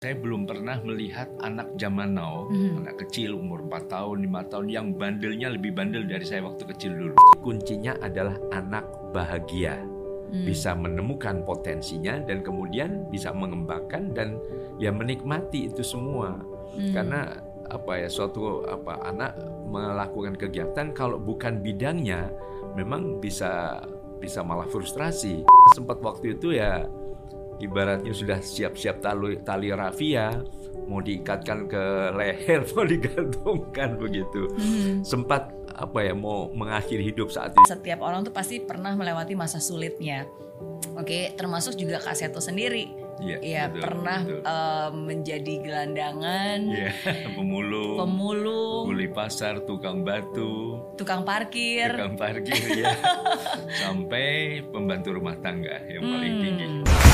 Saya belum pernah melihat anak zaman now, anak kecil umur 4 tahun, 5 tahun yang bandelnya lebih bandel dari saya waktu kecil dulu. Kuncinya adalah anak bahagia. Bisa menemukan potensinya dan kemudian bisa mengembangkan dan ya menikmati itu semua. Karena suatu anak melakukan kegiatan kalau bukan bidangnya memang bisa malah frustrasi. Sempat waktu itu ya ibaratnya sudah siap-siap tali rafia, mau diikatkan ke leher, mau digantungkan begitu. Sempat mau mengakhiri hidup saat itu. Setiap orang tuh pasti pernah melewati masa sulitnya. Oke, termasuk juga Kak Seto sendiri. Iya, pernah menjadi gelandangan, pemulung, kuli pasar, tukang batu, tukang parkir, ya, sampai pembantu rumah tangga yang paling tinggi.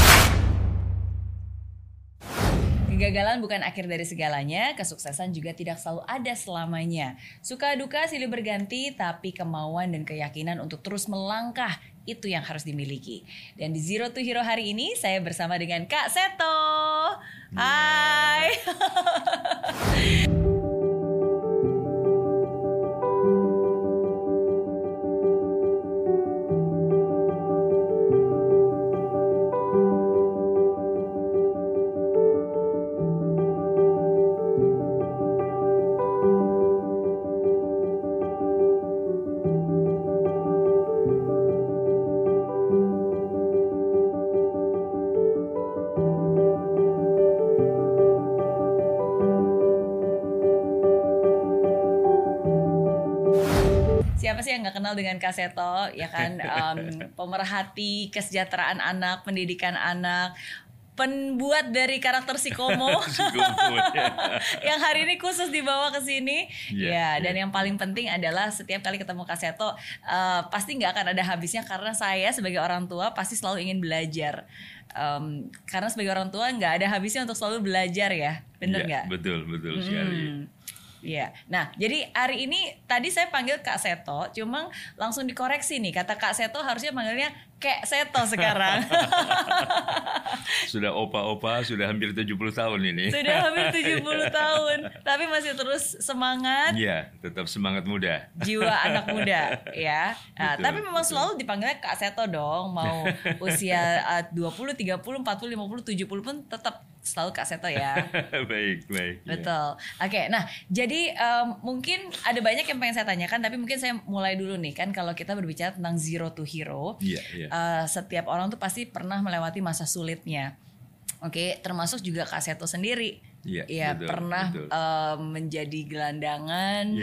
Kegagalan bukan akhir dari segalanya, kesuksesan juga tidak selalu ada selamanya. Suka duka silih berganti, tapi kemauan dan keyakinan untuk terus melangkah itu yang harus dimiliki. Dan di Zero to Hero hari ini saya bersama dengan Kak Seto. Hai. Siapa sih yang gak kenal dengan Kak Seto, ya kan? Pemerhati kesejahteraan anak, pendidikan anak, pembuat dari karakter si Komo yang hari ini khusus dibawa ke sini. Dan yang paling penting adalah setiap kali ketemu Kak Seto pasti nggak akan ada habisnya, karena saya sebagai orang tua pasti selalu ingin belajar. Karena sebagai orang tua nggak ada habisnya untuk selalu belajar, ya, bener nggak? Betul sekali. Iya. Nah, jadi hari ini tadi saya panggil Kak Seto, cuma langsung dikoreksi nih. Kata Kak Seto harusnya panggilnya Kek Seto sekarang. Sudah opa-opa, sudah hampir 70 tahun ini. Sudah hampir 70 tahun, tapi masih terus semangat. Iya, tetap semangat muda. Jiwa anak muda, ya. Nah, Betul, tapi memang selalu dipanggilnya Kak Seto dong. Mau usia 20, 30, 40, 50, 70 pun tetap selalu Kak Seto, ya. Baik. Betul. Oke, nah jadi mungkin ada banyak yang pengen saya tanyakan, tapi mungkin saya mulai dulu nih, kan kalau kita berbicara tentang Zero to Hero, setiap orang tuh pasti pernah melewati masa sulitnya. Oke, termasuk juga Kak Seto sendiri. Iya, pernah menjadi gelandangan,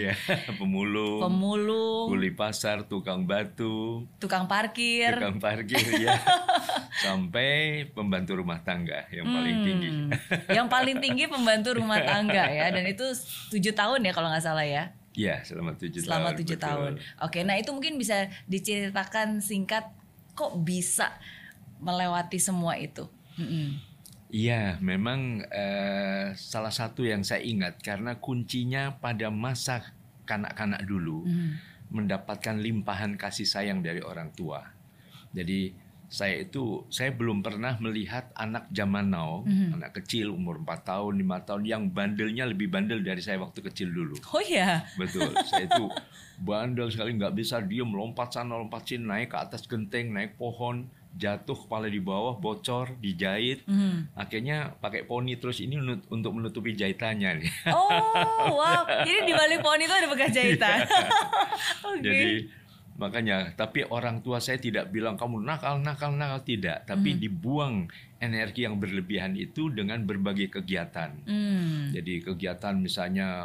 pemulung, kuli pasar, tukang batu, tukang parkir, ya, sampai pembantu rumah tangga yang paling tinggi. Yang paling tinggi pembantu rumah tangga, ya, dan itu 7 tahun ya kalau nggak salah, ya. Iya, selama 7 tahun. Selama 7 tahun. Oke, nah itu mungkin bisa diceritakan singkat, kok bisa melewati semua itu? Iya, memang salah satu yang saya ingat karena kuncinya pada masa kanak-kanak dulu mendapatkan limpahan kasih sayang dari orang tua. Jadi saya belum pernah melihat anak zaman now, anak kecil umur 4 tahun, 5 tahun yang bandelnya lebih bandel dari saya waktu kecil dulu. Oh iya? Betul, saya itu bandel sekali, nggak bisa diem, lompat sana, lompat sini, naik ke atas genteng, naik pohon, jatuh kepala di bawah, bocor, dijahit. Akhirnya pakai poni terus ini untuk menutupi jahitannya nih. Oh, wow. Jadi di balik poni itu ada bekas jahitan. Okay. Jadi makanya, tapi orang tua saya tidak bilang kamu nakal, tidak. Tapi dibuang energi yang berlebihan itu dengan berbagai kegiatan. Jadi kegiatan misalnya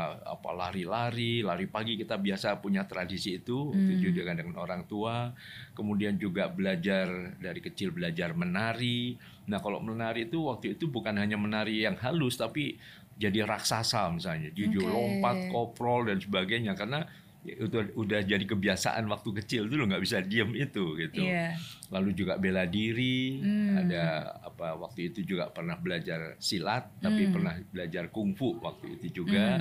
lari pagi, kita biasa punya tradisi itu juga dengan orang tua. Kemudian juga dari kecil belajar menari. Nah, kalau menari itu waktu itu bukan hanya menari yang halus, tapi jadi raksasa misalnya, lompat, koprol dan sebagainya, karena itu udah jadi kebiasaan waktu kecil dulu, nggak bisa diem itu gitu. Lalu juga bela diri, ada waktu itu juga pernah belajar silat, tapi pernah belajar kungfu waktu itu juga.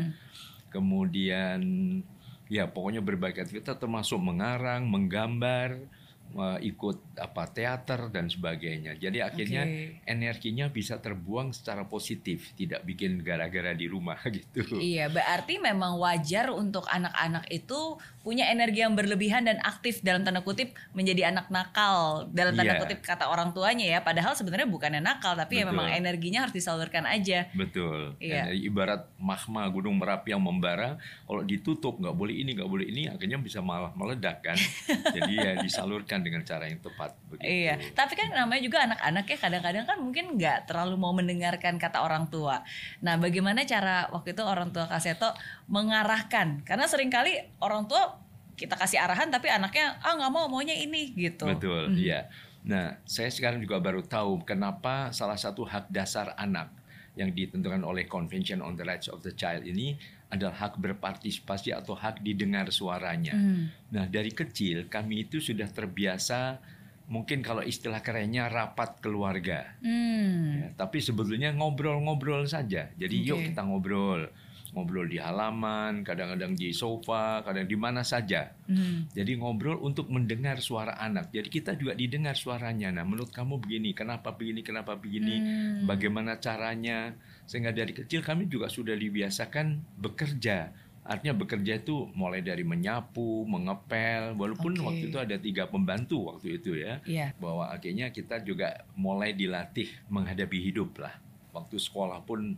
Kemudian ya pokoknya berbagai aktivitas termasuk mengarang, menggambar, ikut teater dan sebagainya. Jadi akhirnya energinya bisa terbuang secara positif, tidak bikin gara-gara di rumah gitu. Iya, berarti memang wajar untuk anak-anak itu punya energi yang berlebihan dan aktif dalam tanda kutip menjadi anak nakal dalam tanda kutip kata orang tuanya ya. Padahal sebenarnya bukannya nakal, tapi ya memang energinya harus disalurkan aja. Betul. Ibarat magma gunung Merapi yang membara, kalau ditutup nggak boleh ini, akhirnya bisa malah meledak kan. Jadi ya disalurkan dengan cara yang tepat begitu. Iya, tapi kan namanya juga anak-anak ya, kadang-kadang kan mungkin nggak terlalu mau mendengarkan kata orang tua. Nah, bagaimana cara waktu itu orang tua Kak Seto mengarahkan? Karena seringkali orang tua kita kasih arahan tapi anaknya nggak maunya ini gitu. Betul, iya. Nah, saya sekarang juga baru tahu kenapa salah satu hak dasar anak yang ditentukan oleh Convention on the Rights of the Child ini adalah hak berpartisipasi atau hak didengar suaranya. Nah, dari kecil kami itu sudah terbiasa, mungkin kalau istilah kerennya rapat keluarga. Ya, tapi sebetulnya ngobrol-ngobrol saja. Jadi yuk kita ngobrol di halaman, kadang-kadang di sofa, kadang di mana saja. Jadi ngobrol untuk mendengar suara anak. Jadi kita juga didengar suaranya. Nah, menurut kamu begini, kenapa begini, bagaimana caranya? Sehingga dari kecil kami juga sudah dibiasakan bekerja. Artinya bekerja itu mulai dari menyapu, mengepel, walaupun waktu itu ada 3 pembantu waktu itu ya. Bahwa akhirnya kita juga mulai dilatih menghadapi hidup lah. Waktu sekolah pun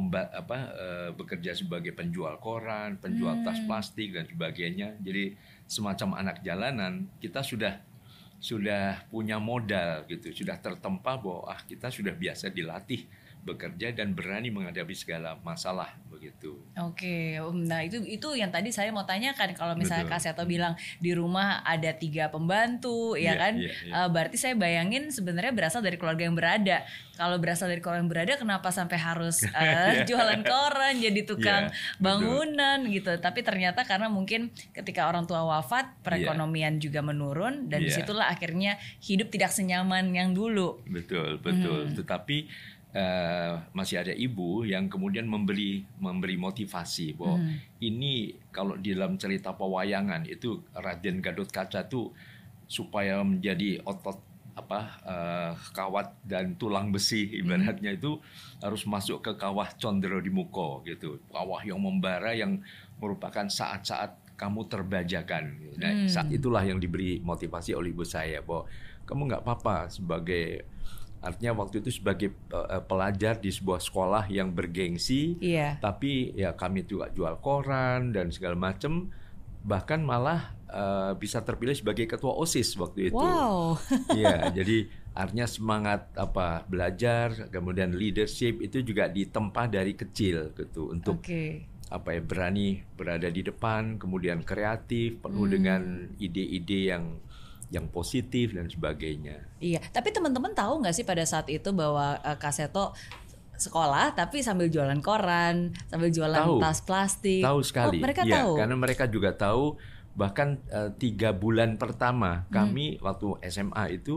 bekerja sebagai penjual koran, penjual tas plastik dan sebagainya. Jadi semacam anak jalanan, kita sudah punya modal gitu, sudah tertempa bahwa kita sudah biasa dilatih bekerja dan berani menghadapi segala masalah begitu. Nah itu yang tadi saya mau tanyakan, kalau misalnya Kak Seto bilang di rumah ada 3 pembantu, ya kan? Berarti saya bayangin sebenarnya berasal dari keluarga yang berada. Kalau berasal dari keluarga yang berada, kenapa sampai harus jualan koran, jadi tukang bangunan gitu? Tapi ternyata karena mungkin ketika orang tua wafat, perekonomian juga menurun dan disitulah akhirnya hidup tidak senyaman yang dulu. Betul. Tetapi masih ada ibu yang kemudian memberi motivasi bahwa ini kalau di dalam cerita pewayangan itu Raden Gatotkaca tuh supaya menjadi otot kawat dan tulang besi ibaratnya itu harus masuk ke kawah Condrodimuko gitu, kawah yang membara yang merupakan saat-saat kamu terbajakan. Nah, saat itulah yang diberi motivasi oleh ibu saya bahwa kamu nggak apa-apa sebagai, artinya waktu itu sebagai pelajar di sebuah sekolah yang bergengsi, tapi ya kami juga jual koran dan segala macam, bahkan malah bisa terpilih sebagai ketua OSIS waktu itu. Iya, jadi artinya semangat belajar, kemudian leadership itu juga ditempa dari kecil gitu untuk berani berada di depan, kemudian kreatif, penuh dengan ide-ide yang positif dan sebagainya. Iya, tapi teman-teman tahu nggak sih pada saat itu bahwa Kak Seto sekolah tapi sambil jualan koran, sambil jualan tas plastik? Tahu sekali. Mereka tahu. Karena mereka juga tahu. Bahkan 3 bulan pertama kami waktu SMA itu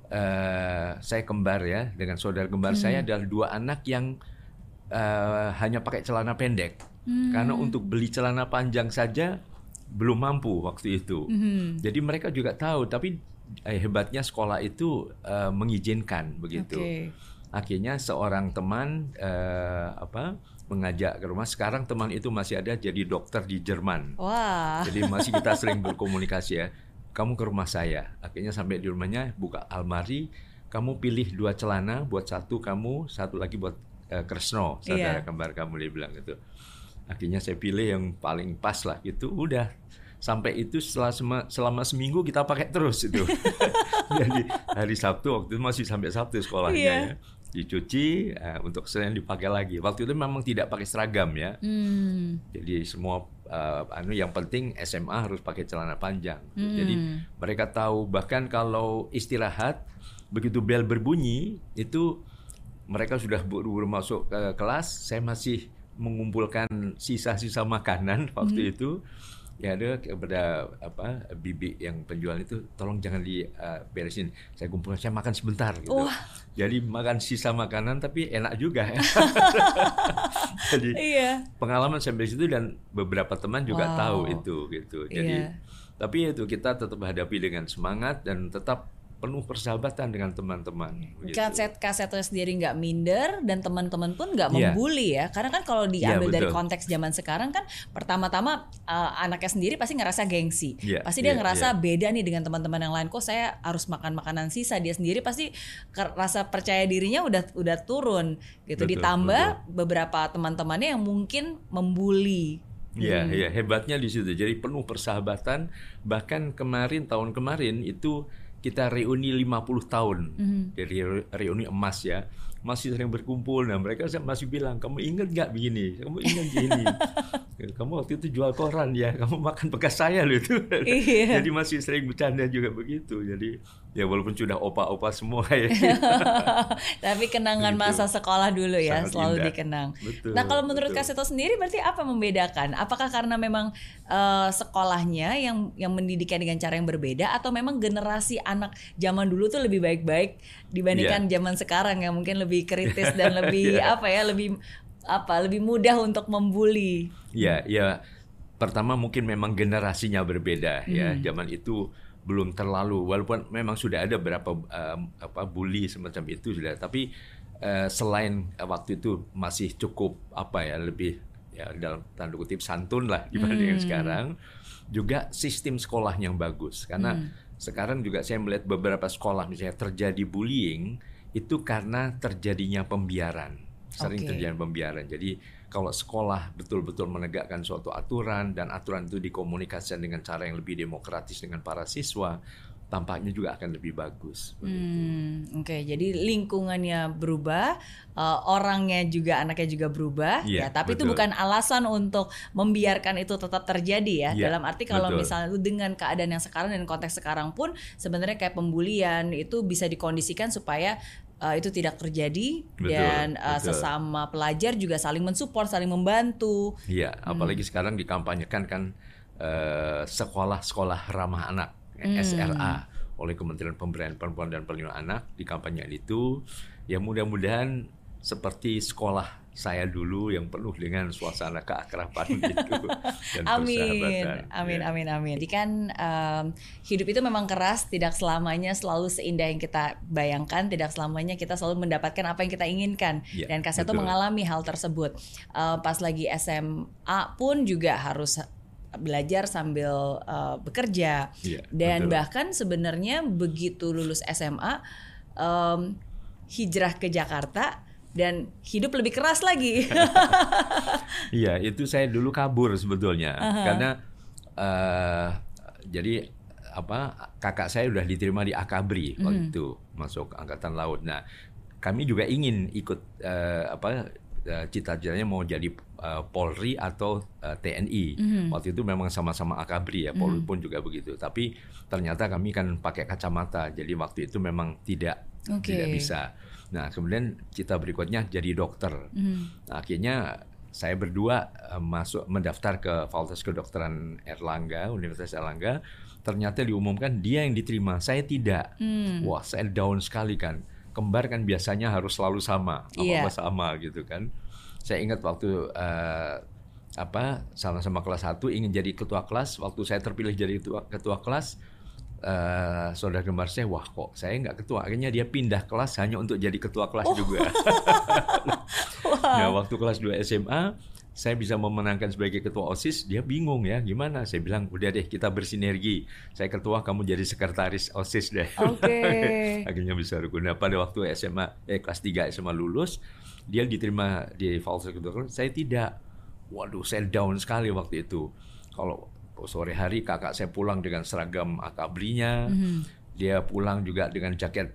saya kembar ya dengan saudara kembar saya adalah 2 anak yang hanya pakai celana pendek. Karena untuk beli celana panjang saja belum mampu waktu itu. Jadi mereka juga tahu, tapi hebatnya sekolah itu mengizinkan begitu. Akhirnya seorang teman mengajak ke rumah. Sekarang teman itu masih ada jadi dokter di Jerman. Jadi masih kita sering berkomunikasi ya. Kamu ke rumah saya. Akhirnya sampai di rumahnya, buka almari, kamu pilih 2 celana, buat satu kamu, satu lagi buat Kresno, saudara kembar kamu, dia bilang gitu. Akhirnya saya pilih yang paling pas lah gitu. Udah sampai itu selama seminggu kita pakai terus itu. Jadi hari Sabtu waktu itu masih sampai Sabtu sekolahnya ya. Dicuci untuk Senin dipakai lagi. Waktu itu memang tidak pakai seragam ya. Jadi semua yang penting SMA harus pakai celana panjang. Jadi mereka tahu, bahkan kalau istirahat begitu bel berbunyi itu mereka sudah buru-buru masuk ke kelas. Saya masih mengumpulkan sisa-sisa makanan waktu itu. ya ada kepada bibi yang penjual itu, tolong jangan diberesin, saya kumpulkan, saya makan sebentar gitu. Jadi makan sisa makanan tapi enak juga. Jadi pengalaman sampai situ, dan beberapa teman juga tahu itu gitu. Jadi tapi itu kita tetap hadapi dengan semangat dan tetap penuh persahabatan dengan teman-teman. Kaseto sendiri nggak minder, dan teman-teman pun nggak membuli ya. Karena kan kalau diambil dari konteks zaman sekarang kan, pertama-tama anaknya sendiri pasti ngerasa gengsi. Pasti dia ngerasa beda nih dengan teman-teman yang lain. Kok saya harus makan makanan sisa? Dia sendiri pasti rasa percaya dirinya udah turun gitu. Ditambah beberapa teman-temannya yang mungkin membuli. Iya, hebatnya di situ. Jadi penuh persahabatan. Bahkan tahun kemarin itu kita reuni 50 tahun. Jadi reuni emas ya. Masih sering berkumpul. Nah, mereka masih bilang, kamu ingat nggak begini? Kamu ingat gini? Kamu waktu itu jual koran ya. Kamu makan bekas saya loh itu. Jadi masih sering bercanda juga begitu. Jadi ya walaupun sudah opa-opa semua ya. Tapi kenangan masa sekolah dulu ya, sangat selalu indah. Dikenang. Betul, nah, kalau menurut Kaseto sendiri berarti apa membedakan? Apakah karena memang sekolahnya yang mendidikan dengan cara yang berbeda, atau memang generasi anak zaman dulu tuh lebih baik-baik dibandingkan zaman sekarang yang mungkin lebih kritis dan lebih lebih mudah untuk membuli? Ya, pertama mungkin memang generasinya berbeda ya. Zaman itu belum terlalu, walaupun memang sudah ada beberapa bully semacam itu sudah, tapi selain waktu itu masih cukup lebih ya dalam tanda kutip santun lah dibandingkan sekarang. Juga sistem sekolah yang bagus, karena sekarang juga saya melihat beberapa sekolah misalnya terjadi bullying itu karena terjadinya pembiaran, sering terjadi pembiaran. Jadi kalau sekolah betul-betul menegakkan suatu aturan, dan aturan itu dikomunikasikan dengan cara yang lebih demokratis dengan para siswa, tampaknya juga akan lebih bagus. Jadi lingkungannya berubah, orangnya juga, anaknya juga berubah, ya. Tapi betul. Itu bukan alasan untuk membiarkan itu tetap terjadi ya. Dalam arti kalau misalnya dengan keadaan yang sekarang dan konteks sekarang pun, sebenarnya kayak pembulian itu bisa dikondisikan supaya itu tidak terjadi, dan sesama pelajar juga saling mensupport, saling membantu. Iya, apalagi sekarang dikampanyekan kan sekolah-sekolah ramah anak. SRA oleh Kementerian Pemberdayaan Perempuan dan Perlindungan Anak, di kampanye itu ya mudah-mudahan seperti sekolah saya dulu yang penuh dengan suasana keakraban gitu dan persahabatan. Amin. Jadi kan hidup itu memang keras, tidak selamanya selalu seindah yang kita bayangkan, tidak selamanya kita selalu mendapatkan apa yang kita inginkan. Dan Kaseto mengalami hal tersebut. Pas lagi SMA pun juga harus belajar sambil bekerja, dan bahkan sebenarnya begitu lulus SMA hijrah ke Jakarta dan hidup lebih keras lagi. Iya, itu saya dulu kabur sebetulnya karena jadi kakak saya udah diterima di Akabri waktu itu, masuk Angkatan Laut. Nah, kami juga ingin ikut cita-citanya mau jadi Polri atau TNI. Waktu itu memang sama-sama Akabri ya, Polri pun juga begitu. Tapi ternyata kami kan pakai kacamata, jadi waktu itu memang tidak bisa. Nah, kemudian cita berikutnya jadi dokter. Nah, akhirnya saya berdua mendaftar ke Fakultas Kedokteran Universitas Airlangga. Ternyata diumumkan dia yang diterima, saya tidak. Wah, saya down sekali kan. Kembar kan biasanya harus selalu sama, sama gitu kan. Saya ingat waktu sama-sama kelas 1 ingin jadi ketua kelas. Waktu saya terpilih jadi ketua kelas, saudara kembar saya, wah kok saya nggak ketua. Akhirnya dia pindah kelas hanya untuk jadi ketua kelas juga. Ya, waktu kelas 2 SMA saya bisa memenangkan sebagai ketua OSIS, dia bingung ya gimana. Saya bilang udah deh kita bersinergi, saya ketua, kamu jadi sekretaris OSIS deh. Akhirnya bisa rukun. Nah, pada waktu kelas 3 SMA lulus, dia diterima di Fakultas Kedokteran, saya tidak. Waduh, saya down sekali waktu itu. Kalau sore hari kakak saya pulang dengan seragam Akabrinya, dia pulang juga dengan jaket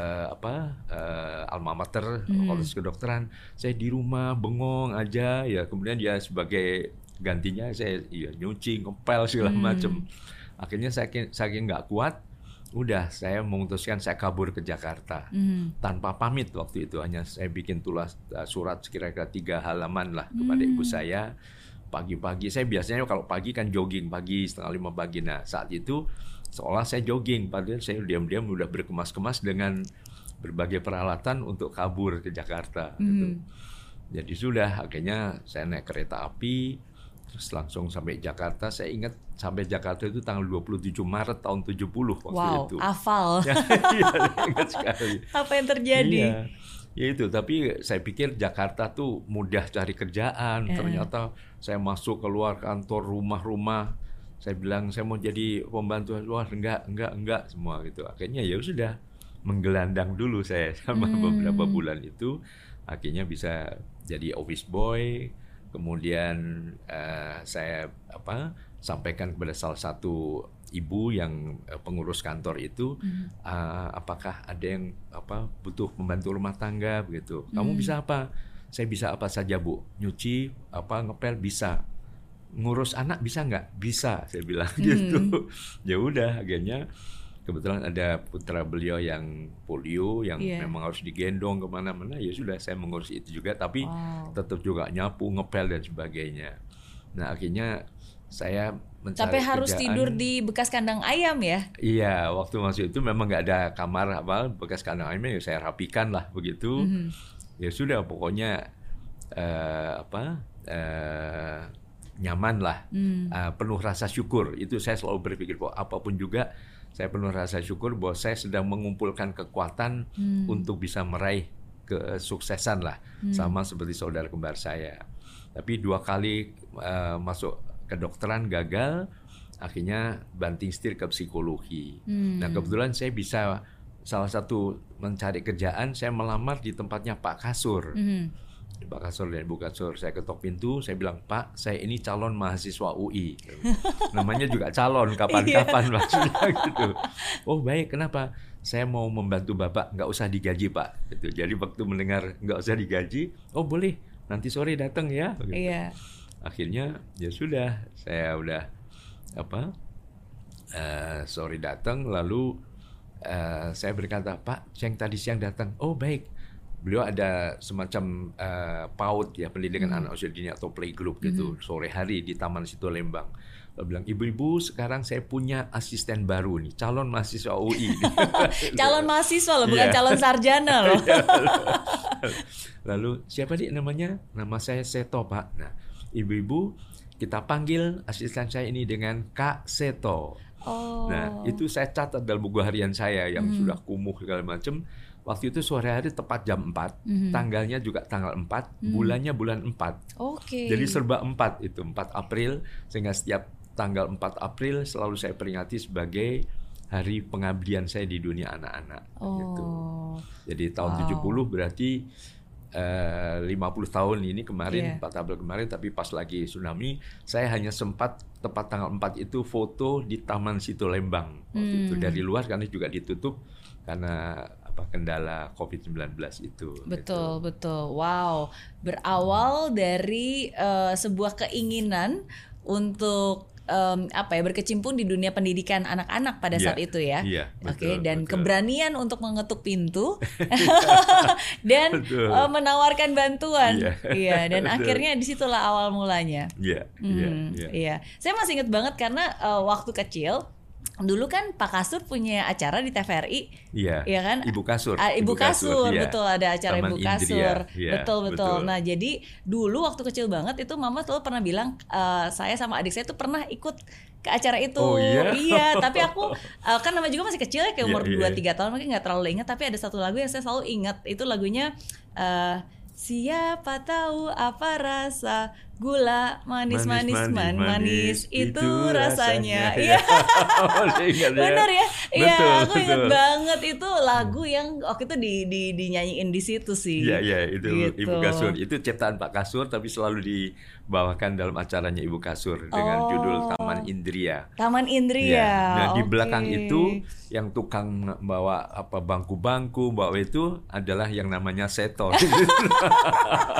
alma mater Fakultas Kedokteran. Saya di rumah bengong aja ya. Kemudian dia sebagai gantinya saya nyuci, ngepel segala macam. Akhirnya saking nggak kuat, udah saya memutuskan saya kabur ke Jakarta tanpa pamit. Waktu itu hanya saya bikin surat sekira-kira 3 halaman lah kepada ibu saya. pagi-pagi saya biasanya kalau pagi kan jogging pagi 4:30 pagi. Nah saat itu seolah saya jogging, padahal saya diam-diam udah berkemas-kemas dengan berbagai peralatan untuk kabur ke Jakarta. Gitu. Jadi sudah akhirnya saya naik kereta api terus langsung sampai Jakarta. Saya ingat sampai Jakarta itu tanggal 27 Maret tahun 70 waktu itu. Wow, hafal. Iya, ingat sekali. Apa yang terjadi? Iya. Ya itu, tapi saya pikir Jakarta tuh mudah cari kerjaan. Ternyata saya masuk keluar kantor, rumah-rumah. Saya bilang saya mau jadi pembantu luar, enggak semua gitu. Akhirnya ya sudah menggelandang dulu saya sama beberapa bulan itu. Akhirnya bisa jadi office boy. Kemudian saya sampaikan kepada salah satu ibu yang pengurus kantor itu, apakah ada yang butuh pembantu rumah tangga begitu. Kamu bisa apa? Saya bisa apa saja Bu. Nyuci, ngepel bisa. Ngurus anak bisa nggak? Bisa, saya bilang gitu. Ya udah, akhirnya kebetulan ada putra beliau yang polio, yang memang harus digendong kemana-mana. Ya sudah, saya mengurus itu juga, tapi tetap juga nyapu, ngepel dan sebagainya. Nah akhirnya saya mencari Sampai harus kerjaan. tidur di bekas kandang ayam ya? Iya, waktu masuk itu memang nggak ada kamar bekas kandang ayam, ya saya rapikan lah begitu. Ya sudah, pokoknya nyaman lah, penuh rasa syukur. Itu saya selalu berpikir bahwa apapun juga saya penuh rasa syukur bahwa saya sedang mengumpulkan kekuatan untuk bisa meraih kesuksesan lah, sama seperti saudara kembar saya. Tapi 2 kali masuk kedokteran gagal, akhirnya banting setir ke psikologi. Nah kebetulan saya bisa salah satu mencari kerjaan, saya melamar di tempatnya Pak Kasur. Pak Kasur dan Ibu Kasur, saya ketok pintu, saya bilang, Pak, saya ini calon mahasiswa UI. Namanya juga calon, kapan-kapan maksudnya gitu. Oh baik, kenapa? Saya mau membantu Bapak, nggak usah digaji Pak. Gitu. Jadi waktu mendengar nggak usah digaji, oh boleh, nanti sore datang ya. Gitu. Iya. Akhirnya ya sudah, saya udah sore datang, lalu saya berkata, Pak, yang tadi siang datang, oh baik. Beliau ada semacam PAUD ya, pendidikan anak usia dini atau playgroup gitu, sore hari di Taman Situ Lembang. Lalu bilang, ibu-ibu sekarang saya punya asisten baru nih, calon mahasiswa UI. Calon mahasiswa loh, bukan calon sarjana loh. Lalu siapa nih namanya? Nama saya Seto Pak. Nah ibu-ibu kita panggil asisten saya ini dengan Kak Seto. Nah itu saya catat dalam buku harian saya yang sudah kumuh segala macam. Waktu itu sore hari tepat jam 4, tanggalnya juga tanggal 4, bulannya bulan 4. Jadi serba 4 itu, 4 April, sehingga setiap tanggal 4 April selalu saya peringati sebagai hari pengabdian saya di dunia anak-anak. Gitu. Jadi tahun 70 berarti 50 tahun ini kemarin, 4 April kemarin, tapi pas lagi tsunami, saya hanya sempat tepat tanggal 4 itu foto di Taman Situ Lembang. Waktu itu dari luar karena juga ditutup karena kendala COVID-19 itu. Betul, gitu. betul. Wow, berawal dari sebuah keinginan untuk berkecimpung di dunia pendidikan anak-anak pada saat itu ya. Iya, Oke, betul, dan betul. keberanian untuk mengetuk pintu dan menawarkan bantuan. Iya, dan Betul. akhirnya disitulah awal mulanya. Iya, Iya. Saya masih ingat banget karena waktu kecil dulu kan Pak Kasur punya acara di TVRI, iya kan? Ibu Kasur, Ibu Kasur, iya. betul, ada acara Taman Ibu Indria, Kasur, iya, betul. Nah jadi dulu waktu kecil banget itu Mama selalu pernah bilang saya sama adik saya tuh pernah ikut ke acara itu. Oh, iya? Iya, tapi aku kan nama juga masih kecil ya, kayak umur Iya, 2-3 tahun, mungkin nggak terlalu ingat. Tapi ada satu lagu yang saya selalu ingat, itu lagunya siapa tahu apa rasa gula manis itu rasanya. Iya. Benar ya? Iya, aku ingat banget itu lagu yang waktu itu dinyanyiin di situ sih. Iya, itu gitu. Ibu Kasur. Itu ciptaan Pak Kasur tapi selalu dibawakan dalam acaranya Ibu Kasur dengan judul Taman Indria. Taman Indria. Ya. Nah, di belakang itu yang tukang bawa bangku-bangku, bawa itu adalah yang namanya Seto.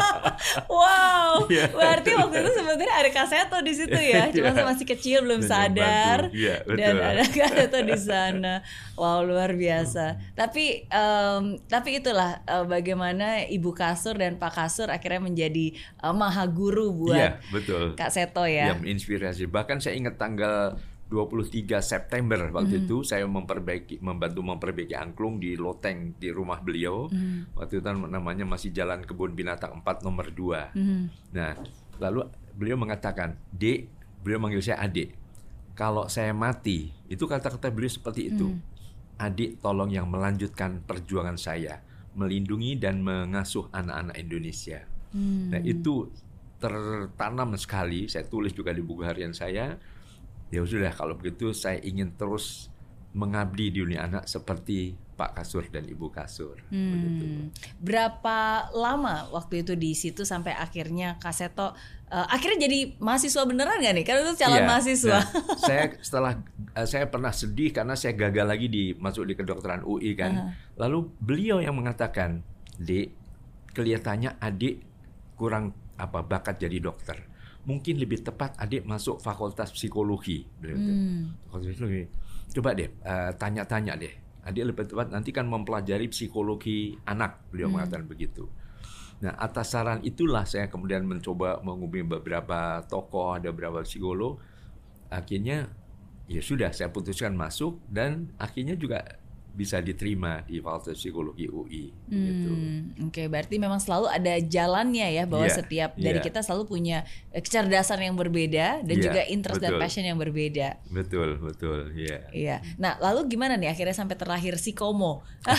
Wow, berarti waktu itu sebenarnya ada Kak Seto di situ ya, cuma masih kecil belum sadar, dan ada Kak Seto di sana. Wow, luar biasa. Tapi itulah bagaimana Ibu Kasur dan Pak Kasur akhirnya menjadi maha guru buat Kak Seto ya. Yang menginspirasi. Bahkan saya ingat tanggal 23 September waktu itu saya membantu memperbaiki angklung di loteng di rumah beliau. Waktu itu namanya masih Jalan Kebun Binatang 4 nomor 2. Nah, lalu beliau mengatakan, "Dek," beliau manggil saya adik. "Kalau saya mati," itu kata-kata beliau seperti itu. "Adik tolong yang melanjutkan perjuangan saya, melindungi dan mengasuh anak-anak Indonesia." Nah, itu tertanam sekali. Saya tulis juga di buku harian saya. Ya sudah, kalau begitu saya ingin terus mengabdi di dunia anak seperti Pak Kasur dan Ibu Kasur. Berapa lama waktu itu di situ sampai akhirnya Kak Seto akhirnya jadi mahasiswa beneran nggak nih? Karena itu calon mahasiswa. Nah, saya pernah sedih karena saya gagal lagi masuk di kedokteran UI kan. Lalu beliau yang mengatakan, "Dek, kelihatannya adik kurang bakat jadi dokter. Mungkin lebih tepat adik masuk fakultas psikologi." Fakultas psikologi. Coba deh tanya-tanya deh. Adik lebih tepat nanti kan mempelajari psikologi anak, beliau mengatakan begitu. Nah, atas saran itulah saya kemudian mencoba menghubungi beberapa tokoh, ada beberapa psikolog. Akhirnya ya sudah saya putuskan masuk dan akhirnya juga bisa diterima di Fakultas Psikologi UI. Gitu. Oke, berarti memang selalu ada jalannya ya, bahwa setiap dari kita selalu punya kecerdasan yang berbeda dan juga interest dan passion yang berbeda. Betul, Iya. Nah, lalu gimana nih akhirnya sampai terlahir Sikomo?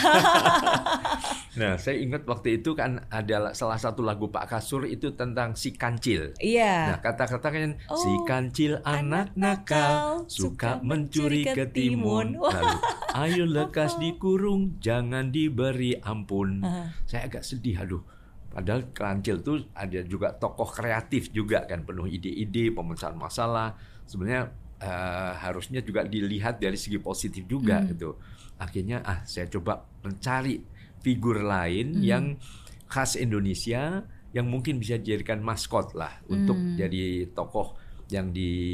Nah, saya ingat waktu itu kan ada salah satu lagu Pak Kasur itu tentang si kancil. Iya. Nah, kata-kata kan si kancil anak nakal, suka mencuri ketimun. Lalu, ayo lekas dikurung, jangan diberi ampun. Saya agak sedih, aduh. Padahal kancil tuh ada juga tokoh kreatif juga kan, penuh ide-ide, pemecahan masalah. Sebenarnya harusnya juga dilihat dari segi positif juga gitu. Akhirnya saya coba mencari figur lain yang khas Indonesia yang mungkin bisa dijadikan maskot lah untuk jadi tokoh yang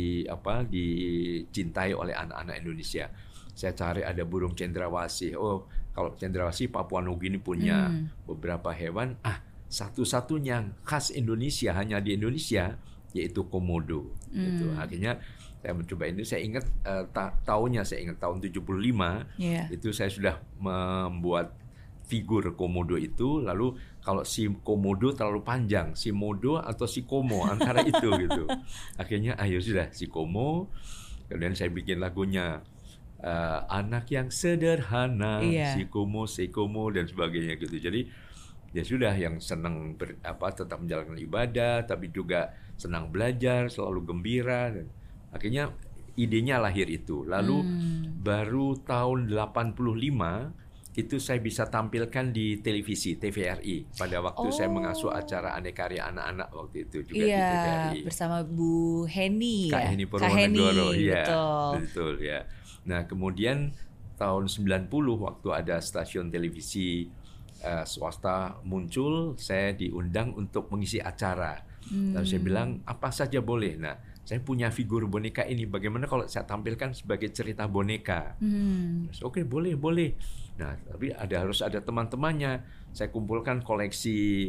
dicintai oleh anak-anak Indonesia. Saya cari ada burung cendrawasih. Oh, kalau cendrawasih Papua Nugini punya beberapa hewan. Satu-satunya khas Indonesia, hanya di Indonesia, yaitu komodo. Gitu. Akhirnya saya mencoba ini. Saya ingat tahunnya, tahun 75. Itu saya sudah membuat figur komodo itu. Lalu kalau si komodo terlalu panjang, si modo atau si komo antara itu gitu. Akhirnya ayo sudah si komo. Kemudian saya bikin lagunya. Anak yang sederhana, si komo dan sebagainya gitu. Jadi ya sudah, yang senang tetap menjalankan ibadah, tapi juga senang belajar, selalu gembira. Dan akhirnya idenya lahir itu. Lalu baru tahun 85 itu saya bisa tampilkan di televisi TVRI pada waktu saya mengasuh acara Aneka Karya Anak-anak waktu itu juga di TVRI bersama Bu Heni Kak Heni Purwonegoro. Betul ya. Nah, kemudian tahun 90 waktu ada stasiun televisi swasta muncul, saya diundang untuk mengisi acara. Lalu saya bilang apa saja boleh. Nah, saya punya figur boneka ini, bagaimana kalau saya tampilkan sebagai cerita boneka? Oke, boleh. Nah, tapi harus ada teman-temannya. Saya kumpulkan koleksi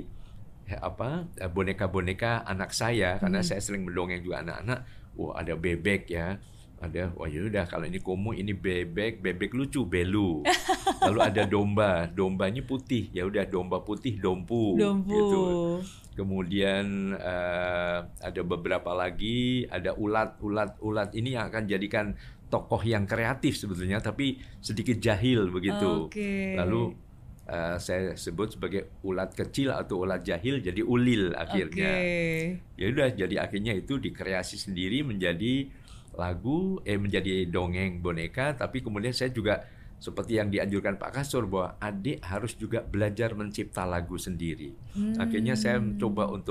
boneka-boneka anak saya, karena saya sering mendongeng juga anak-anak. Ada bebek ya. Yaudah kalau ini komo, ini bebek lucu, Belu. Lalu ada domba ini putih, ya udah domba putih, Dompu. Gitu. Kemudian ada beberapa lagi, ada ulat ini yang akan jadikan tokoh yang kreatif sebetulnya, tapi sedikit jahil begitu. Lalu saya sebut sebagai ulat kecil atau ulat jahil, jadi ulil akhirnya. Ya udah, jadi akhirnya itu dikreasi sendiri menjadi lagu, menjadi dongeng boneka. Tapi kemudian saya juga seperti yang dianjurkan Pak Kasur, bahwa adik harus juga belajar mencipta lagu sendiri. Akhirnya saya mencoba untuk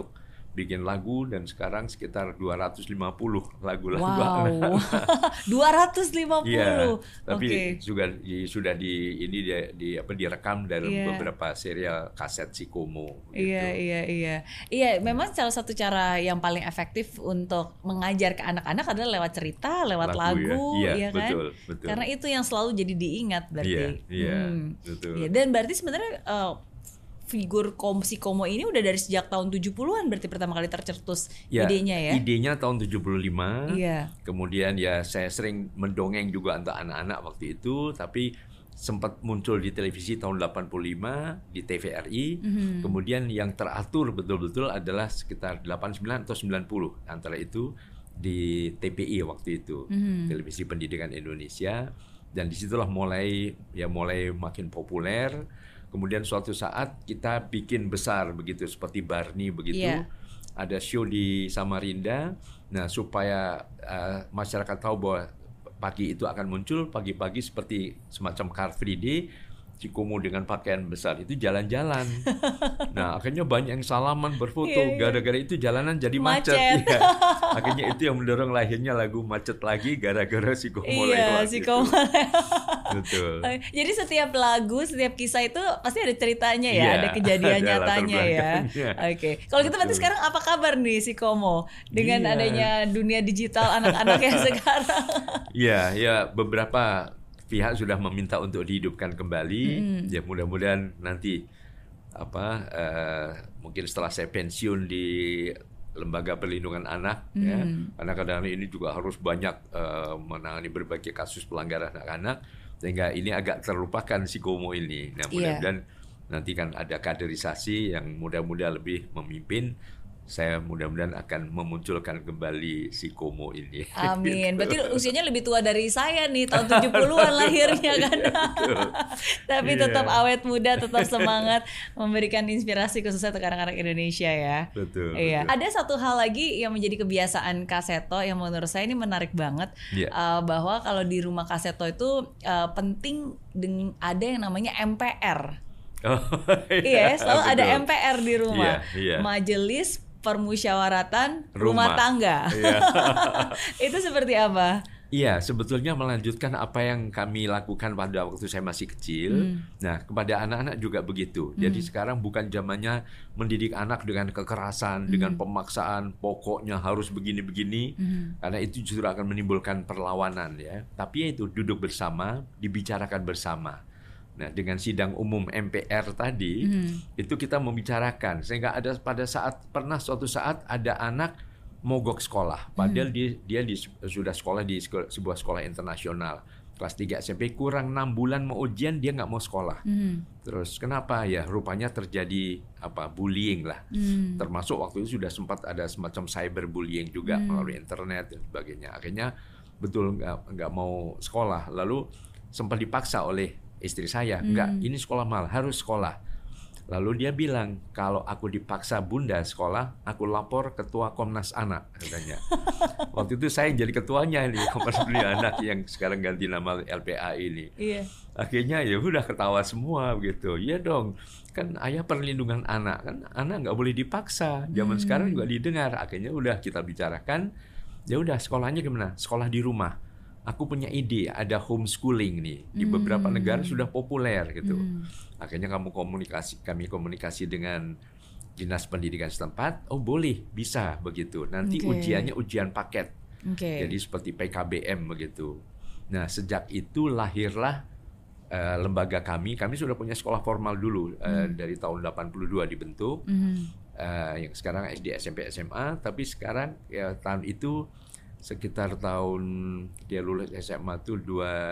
bikin lagu dan sekarang sekitar 250 lagu-lagu Wow. anak. 250. Iya, tapi Oke. sudah direkam dalam Iya. beberapa serial kaset Sikomo gitu. Iya. Iya, memang salah satu cara yang paling efektif untuk mengajar ke anak-anak adalah lewat cerita, lewat lagu, Iya, ya kan? betul. Karena itu yang selalu jadi diingat berarti. Iya, betul. Iya, dan berarti sebenarnya figur si Komo ini udah dari sejak tahun 70-an berarti pertama kali tercetus idenya ya? Idenya tahun 75. Iya. Kemudian ya saya sering mendongeng juga untuk anak-anak waktu itu, tapi sempat muncul di televisi tahun 85 di TVRI. Kemudian yang teratur betul-betul adalah sekitar 89 atau 90 antara itu di TPI waktu itu, Televisi Pendidikan Indonesia, dan disitulah mulai makin populer. Kemudian suatu saat kita bikin besar begitu seperti Barney begitu. Iya. Ada show di Samarinda. Nah, supaya masyarakat tahu bahwa pagi itu akan muncul, pagi-pagi seperti semacam Car Free Day, Sikomo dengan pakaian besar itu jalan-jalan. Nah, akhirnya banyak yang salaman, berfoto. Iya. Gara-gara itu jalanan jadi macet. Ya. Akhirnya itu yang mendorong lahirnya lagu Macet Lagi gara-gara Sikomo lewat. Sikomo. Betul. Jadi setiap lagu, setiap kisah itu pasti ada ceritanya ya, Iya, ada kejadian ada nyatanya latar ya. belakangnya. Oke. Kalau gitu berarti sekarang apa kabar nih Sikomo dengan Iya. adanya dunia digital anak-anak yang sekarang? Ya beberapa pihak sudah meminta untuk dihidupkan kembali. Ya mudah-mudahan nanti mungkin setelah saya pensiun di Lembaga Perlindungan Anak, ya, karena kadang-kadang ini juga harus banyak menangani berbagai kasus pelanggaran anak-anak, sehingga ini agak terlupakan Sikomo ini. Nah mudah-mudahan nanti kan ada kaderisasi yang mudah-mudahan lebih memimpin. Saya mudah-mudahan akan memunculkan kembali Sikomo ini. Amin. Berarti usianya lebih tua dari saya nih, tahun 70-an lahirnya kan. Tapi tetap awet muda, tetap semangat memberikan inspirasi khususnya untuk anak-anak Indonesia ya. Betul. Iya. Ada satu hal lagi yang menjadi kebiasaan Kak Seto yang menurut saya ini menarik banget, bahwa kalau di rumah Kak Seto itu penting ada yang namanya MPR. Iya, selalu ada MPR di rumah. Majelis Permusyawaratan Rumah Tangga. Itu seperti apa? Iya, sebetulnya melanjutkan apa yang kami lakukan pada waktu saya masih kecil. Nah, kepada anak-anak juga begitu. Jadi sekarang bukan zamannya mendidik anak dengan kekerasan, dengan pemaksaan, pokoknya harus begini-begini, karena itu justru akan menimbulkan perlawanan ya. Tapi itu duduk bersama, dibicarakan bersama. Nah, dengan sidang umum MPR tadi, itu kita membicarakan sehingga pernah suatu saat ada anak mogok sekolah, padahal dia sudah sekolah di sebuah sekolah internasional kelas 3 SMP, kurang 6 bulan mau ujian dia nggak mau sekolah. Terus kenapa ya? Rupanya terjadi bullying lah. Termasuk waktu itu sudah sempat ada semacam cyberbullying juga melalui internet dan sebagainya. Akhirnya betul nggak mau sekolah, lalu sempat dipaksa oleh istri saya, enggak, ini sekolah mahal, harus sekolah. Lalu dia bilang, kalau aku dipaksa bunda sekolah, aku lapor ketua Komnas Anak, katanya. Waktu itu saya jadi ketuanya nih, Komnas Perlindungan Anak yang sekarang ganti nama LPA ini. Iya. Akhirnya ya udah ketawa semua begitu. Iya dong, kan ayah perlindungan anak, kan anak nggak boleh dipaksa. Zaman sekarang juga didengar. Akhirnya udah kita bicarakan, ya udah sekolahnya gimana? Sekolah di rumah. Aku punya ide, ada homeschooling nih di beberapa negara sudah populer gitu. Akhirnya kami komunikasi dengan dinas pendidikan setempat. Oh boleh, bisa begitu. Nanti ujiannya ujian paket. Jadi seperti PKBM begitu. Nah sejak itu lahirlah lembaga kami. Kami sudah punya sekolah formal dulu dari tahun 82 dibentuk. Yang sekarang SD, SMP, SMA. Tapi sekarang ya tahun itu sekitar tahun dia lulus SMA tuh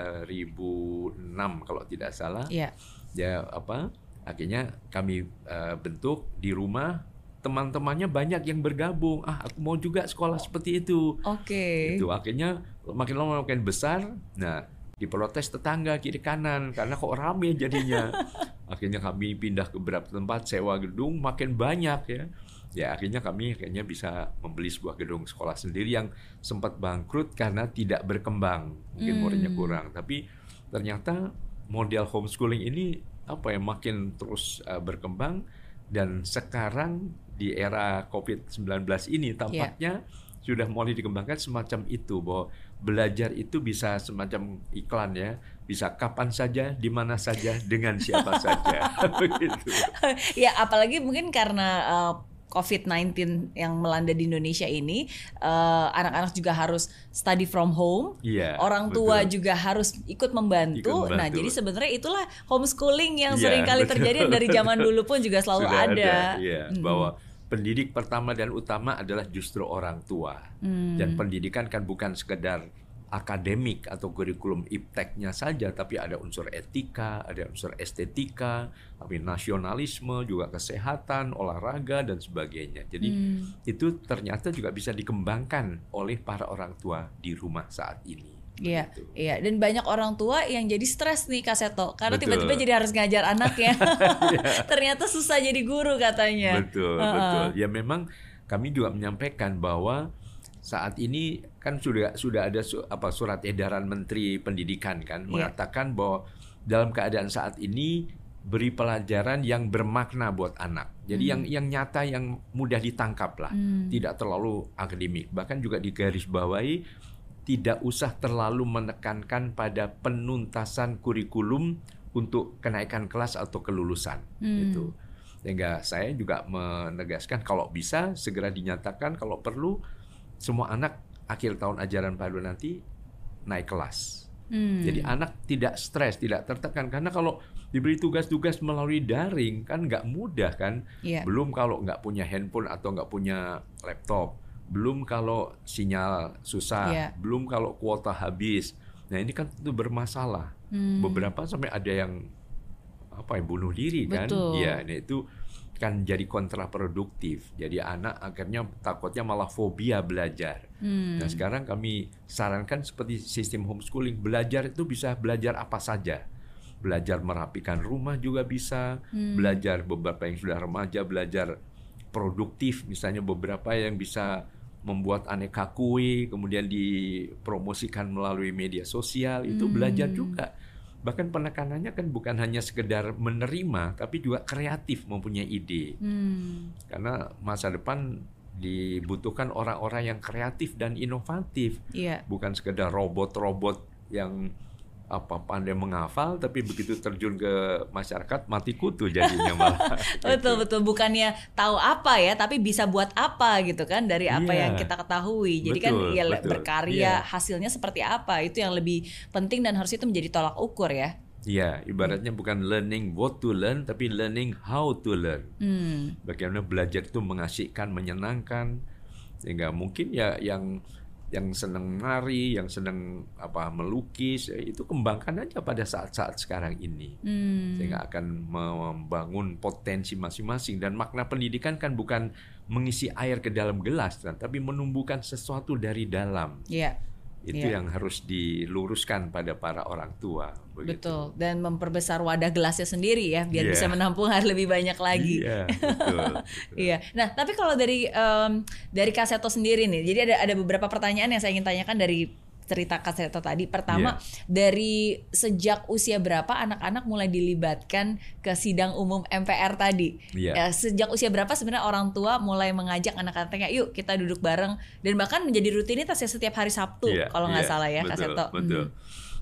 2006 kalau tidak salah. Yeah. Ya akhirnya kami bentuk di rumah, teman-temannya banyak yang bergabung. Aku mau juga sekolah seperti itu. Itu akhirnya makin lama makin besar. Nah, diprotes tetangga kiri kanan karena kok rame jadinya. Akhirnya kami pindah ke beberapa tempat, sewa gedung makin banyak ya. Ya akhirnya kami bisa membeli sebuah gedung sekolah sendiri yang sempat bangkrut karena tidak berkembang, mungkin muridnya kurang. Tapi ternyata model homeschooling ini makin terus berkembang, dan sekarang di era COVID-19 ini tampaknya sudah mulai dikembangkan semacam itu, bahwa belajar itu bisa semacam iklan ya, bisa kapan saja, di mana saja, dengan siapa saja. Begitu. Ya, apalagi mungkin karena COVID-19 yang melanda di Indonesia ini, anak-anak juga harus study from home, orang tua juga harus ikut membantu. Nah, jadi sebenarnya itulah homeschooling yang sering kali terjadi dari zaman dulu pun juga selalu ada. Bahwa pendidik pertama dan utama adalah justru orang tua. Dan pendidikan kan bukan sekedar akademik atau kurikulum ipteknya saja, tapi ada unsur etika, ada unsur estetika, tapi nasionalisme, juga kesehatan, olahraga, dan sebagainya. Jadi itu ternyata juga bisa dikembangkan oleh para orang tua di rumah saat ini. Iya, iya. Dan banyak orang tua yang jadi stres nih Kak Seto, karena tiba-tiba jadi harus ngajar anaknya. Ternyata susah jadi guru katanya. Betul. Ya memang kami juga menyampaikan bahwa saat ini kan sudah ada surat edaran Menteri Pendidikan kan mengatakan bahwa dalam keadaan saat ini beri pelajaran yang bermakna buat anak. Jadi yang nyata, yang mudah ditangkap lah, tidak terlalu akademik. Bahkan juga digarisbawahi tidak usah terlalu menekankan pada penuntasan kurikulum untuk kenaikan kelas atau kelulusan gitu. Sehingga saya juga menegaskan kalau bisa segera dinyatakan kalau perlu semua anak akhir tahun ajaran baru nanti naik kelas. Jadi anak tidak stres, tidak tertekan, karena kalau diberi tugas-tugas melalui daring kan nggak mudah kan. Belum kalau nggak punya handphone atau nggak punya laptop, belum kalau sinyal susah, belum kalau kuota habis. Nah ini kan tentu bermasalah. Beberapa sampai ada yang bunuh diri kan. Ya, nah itu kan jadi kontraproduktif. Jadi anak akhirnya takutnya malah fobia belajar. Nah sekarang kami sarankan seperti sistem homeschooling, belajar itu bisa belajar apa saja. Belajar merapikan rumah juga bisa, belajar beberapa yang sudah remaja, belajar produktif, misalnya beberapa yang bisa membuat aneka kue, kemudian dipromosikan melalui media sosial, itu belajar juga. Bahkan penekanannya kan bukan hanya sekedar menerima, tapi juga kreatif, mempunyai ide. Karena masa depan dibutuhkan orang-orang yang kreatif dan inovatif, bukan sekedar robot-robot yang pandai menghafal, tapi begitu terjun ke masyarakat mati kutu jadinya malah. Betul, bukannya tahu apa ya, tapi bisa buat apa gitu kan dari apa yang kita ketahui. Jadi berkarya hasilnya seperti apa, itu yang lebih penting dan harus itu menjadi tolak ukur ya. Iya, ibaratnya bukan learning what to learn, tapi learning how to learn. Bagaimana belajar itu mengasihkan, menyenangkan, sehingga mungkin ya yang senang nari, yang senang melukis, itu kembangkan aja pada saat-saat sekarang ini, sehingga akan membangun potensi masing-masing. Dan makna pendidikan kan bukan mengisi air ke dalam gelas, tapi menumbuhkan sesuatu dari dalam. Itu yang harus diluruskan pada para orang tua. Begitu. Betul, dan memperbesar wadah gelasnya sendiri ya, biar bisa menampung air lebih banyak lagi. Betul. Nah, tapi kalau dari Kak Seto sendiri nih, jadi ada beberapa pertanyaan yang saya ingin tanyakan dari cerita Kak Seto tadi. Pertama, dari sejak usia berapa anak-anak mulai dilibatkan ke sidang umum MPR tadi? Sejak usia berapa sebenarnya orang tua mulai mengajak anak-anaknya, yuk kita duduk bareng, dan bahkan menjadi rutinitas ya setiap hari Sabtu kalau nggak salah ya, Kak Seto. Betul.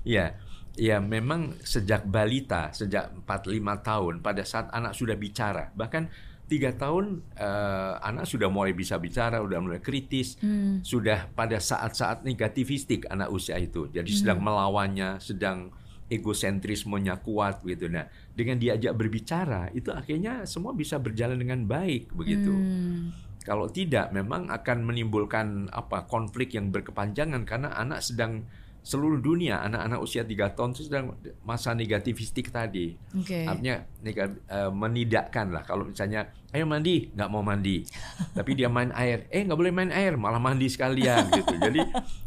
Ya memang sejak balita, sejak 4-5 tahun, pada saat anak sudah bicara, bahkan 3 tahun anak sudah mulai bisa bicara, sudah mulai kritis, sudah pada saat-saat negativistik anak usia itu, jadi sedang melawannya, sedang egosentrismenya kuat gitu. Nah, dengan diajak berbicara itu akhirnya semua bisa berjalan dengan baik begitu. Kalau tidak, memang akan menimbulkan konflik yang berkepanjangan, karena anak sedang seluruh dunia, anak-anak usia 3 tahun itu sedang masa negativistik tadi. Artinya menidakkan lah. Kalau misalnya, ayo mandi, nggak mau mandi. Tapi dia main air, nggak boleh main air, malah mandi sekalian gitu. Jadi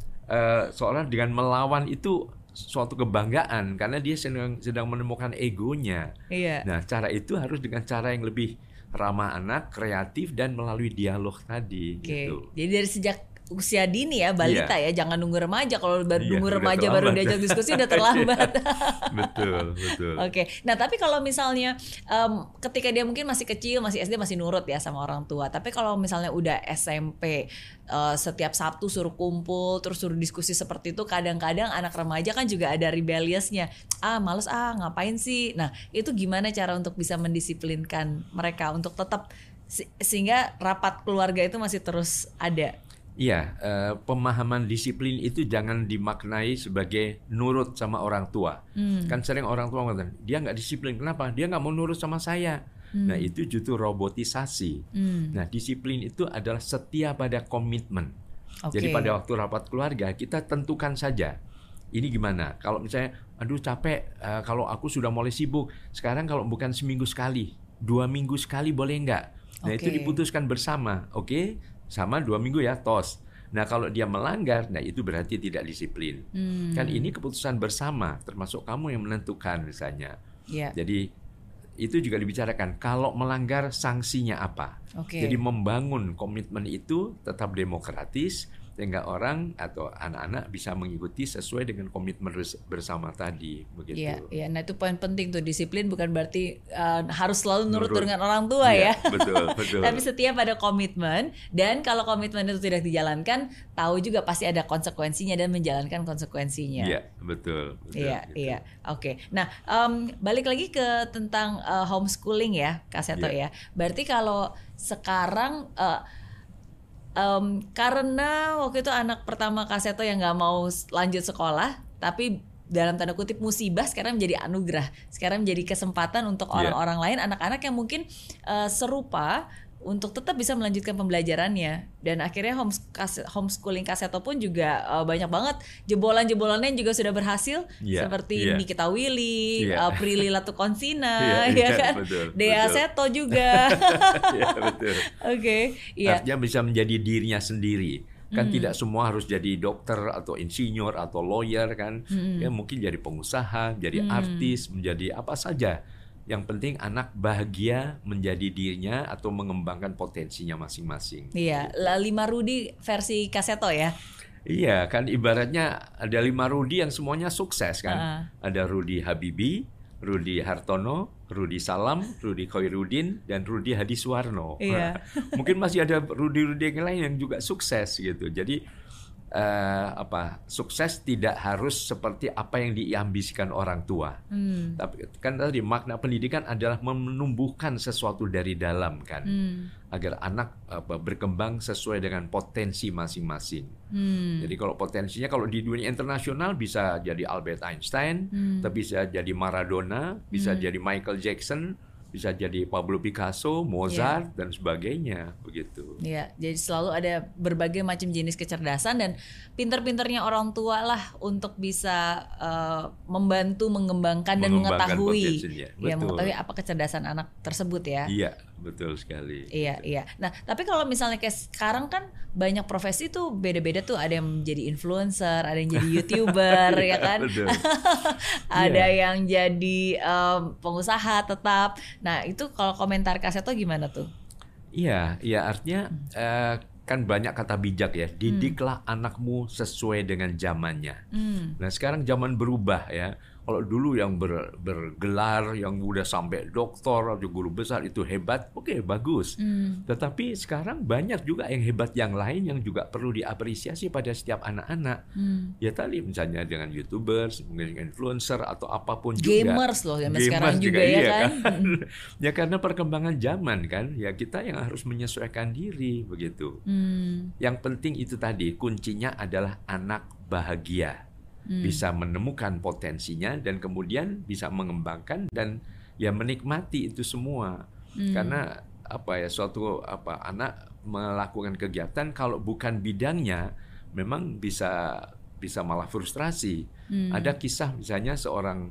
seolah dengan melawan itu suatu kebanggaan, karena dia sedang menemukan egonya. Nah, cara itu harus dengan cara yang lebih ramah anak, kreatif, dan melalui dialog tadi. Gitu. Jadi dari sejak usia dini ya, balita ya, jangan nunggu remaja. Kalau nunggu remaja terlambat. baru diajak diskusi udah terlambat. Betul. Oke. Nah, tapi kalau misalnya ketika dia mungkin masih kecil, masih SD, masih nurut ya sama orang tua. Tapi kalau misalnya udah SMP, setiap Sabtu suruh kumpul, terus suruh diskusi seperti itu, kadang-kadang anak remaja kan juga ada rebelliousnya. Males ngapain sih? Nah, itu gimana cara untuk bisa mendisiplinkan mereka untuk tetap sehingga rapat keluarga itu masih terus ada? Iya, pemahaman disiplin itu jangan dimaknai sebagai nurut sama orang tua. Kan sering orang tua ngatakan, dia nggak disiplin. Kenapa? Dia nggak mau nurut sama saya. Nah, itu justru robotisasi. Nah, disiplin itu adalah setia pada komitmen. Jadi pada waktu rapat keluarga, kita tentukan saja. Ini gimana? Kalau misalnya, aduh capek, kalau aku sudah mulai sibuk. Sekarang kalau bukan seminggu sekali, 2 minggu sekali boleh nggak? Nah, itu diputuskan bersama. Oke? Sama 2 minggu ya, tos. Nah, kalau dia melanggar, nah itu berarti tidak disiplin. Kan ini keputusan bersama, termasuk kamu yang menentukan misalnya. Jadi itu juga dibicarakan. Kalau melanggar, sanksinya apa? Jadi membangun komitmen itu tetap demokratis, sehingga orang atau anak-anak bisa mengikuti sesuai dengan komitmen bersama tadi, begitu. Iya. Nah, itu poin penting tuh, disiplin bukan berarti harus selalu nurut dengan orang tua ya. Betul. Tapi setia pada komitmen, dan kalau komitmen itu tidak dijalankan, tahu juga pasti ada konsekuensinya dan menjalankan konsekuensinya. Iya, betul. Iya. Oke. Nah, balik lagi ke tentang homeschooling ya, Kak Seto ya. Berarti kalau sekarang karena waktu itu anak pertama Kak Seto yang nggak mau lanjut sekolah, tapi dalam tanda kutip musibah sekarang menjadi anugerah, sekarang menjadi kesempatan untuk orang-orang lain, anak-anak yang mungkin serupa untuk tetap bisa melanjutkan pembelajarannya. Dan akhirnya homeschooling Kak Seto pun juga banyak banget jebolan-jebolannya yang juga sudah berhasil, seperti Nikita Willy, Prilly Latukonsina, kan? Dea Seto juga. Betul. Artinya bisa menjadi dirinya sendiri. Kan tidak semua harus jadi dokter atau insinyur atau lawyer kan. Ya mungkin jadi pengusaha, jadi artis, menjadi apa saja. Yang penting anak bahagia menjadi dirinya atau mengembangkan potensinya masing-masing. Iya, Lima Rudy versi Kak Seto ya. Iya, kan ibaratnya ada 5 Rudy yang semuanya sukses kan. Ada Rudy Habibie, Rudy Hartono, Rudy Salam, Rudy Khairuddin, dan Rudy Hadiswarno. Mungkin masih ada Rudy yang lain yang juga sukses gitu. Jadi sukses tidak harus seperti apa yang diambisikan orang tua. Tapi kan tadi makna pendidikan adalah menumbuhkan sesuatu dari dalam kan, agar anak berkembang sesuai dengan potensi masing-masing. Jadi kalau potensinya, kalau di dunia internasional bisa jadi Albert Einstein, tapi bisa jadi Maradona, bisa jadi Michael Jackson, bisa jadi Pablo Picasso, Mozart, dan sebagainya, begitu. Iya, jadi selalu ada berbagai macam jenis kecerdasan, dan pinter-pinternya orang tua lah untuk bisa membantu mengembangkan dan mengetahui apa kecerdasan anak tersebut ya. Iya, betul sekali. Iya. Nah, tapi kalau misalnya kayak sekarang kan banyak profesi tuh beda-beda tuh, ada yang jadi influencer, ada yang jadi YouTuber, ya kan? Ada yang jadi pengusaha tetap. Nah, itu kalau komentar Kak Seto gimana tuh? Iya, artinya kan banyak kata bijak ya. Didiklah anakmu sesuai dengan zamannya. Nah, sekarang zaman berubah ya. Kalau dulu yang bergelar, yang udah sampai doktor atau guru besar itu hebat, oke, bagus. Tetapi sekarang banyak juga yang hebat yang lain yang juga perlu diapresiasi pada setiap anak-anak. Ya tadi misalnya dengan YouTubers, mungkin influencer atau apapun juga. Gamers loh sekarang juga ya kan. Ya karena perkembangan zaman kan, ya kita yang harus menyesuaikan diri begitu. Yang penting itu tadi, kuncinya adalah anak bahagia. Bisa menemukan potensinya dan kemudian bisa mengembangkan dan ya menikmati itu semua. Karena suatu anak melakukan kegiatan kalau bukan bidangnya memang bisa malah frustrasi. Ada kisah misalnya seorang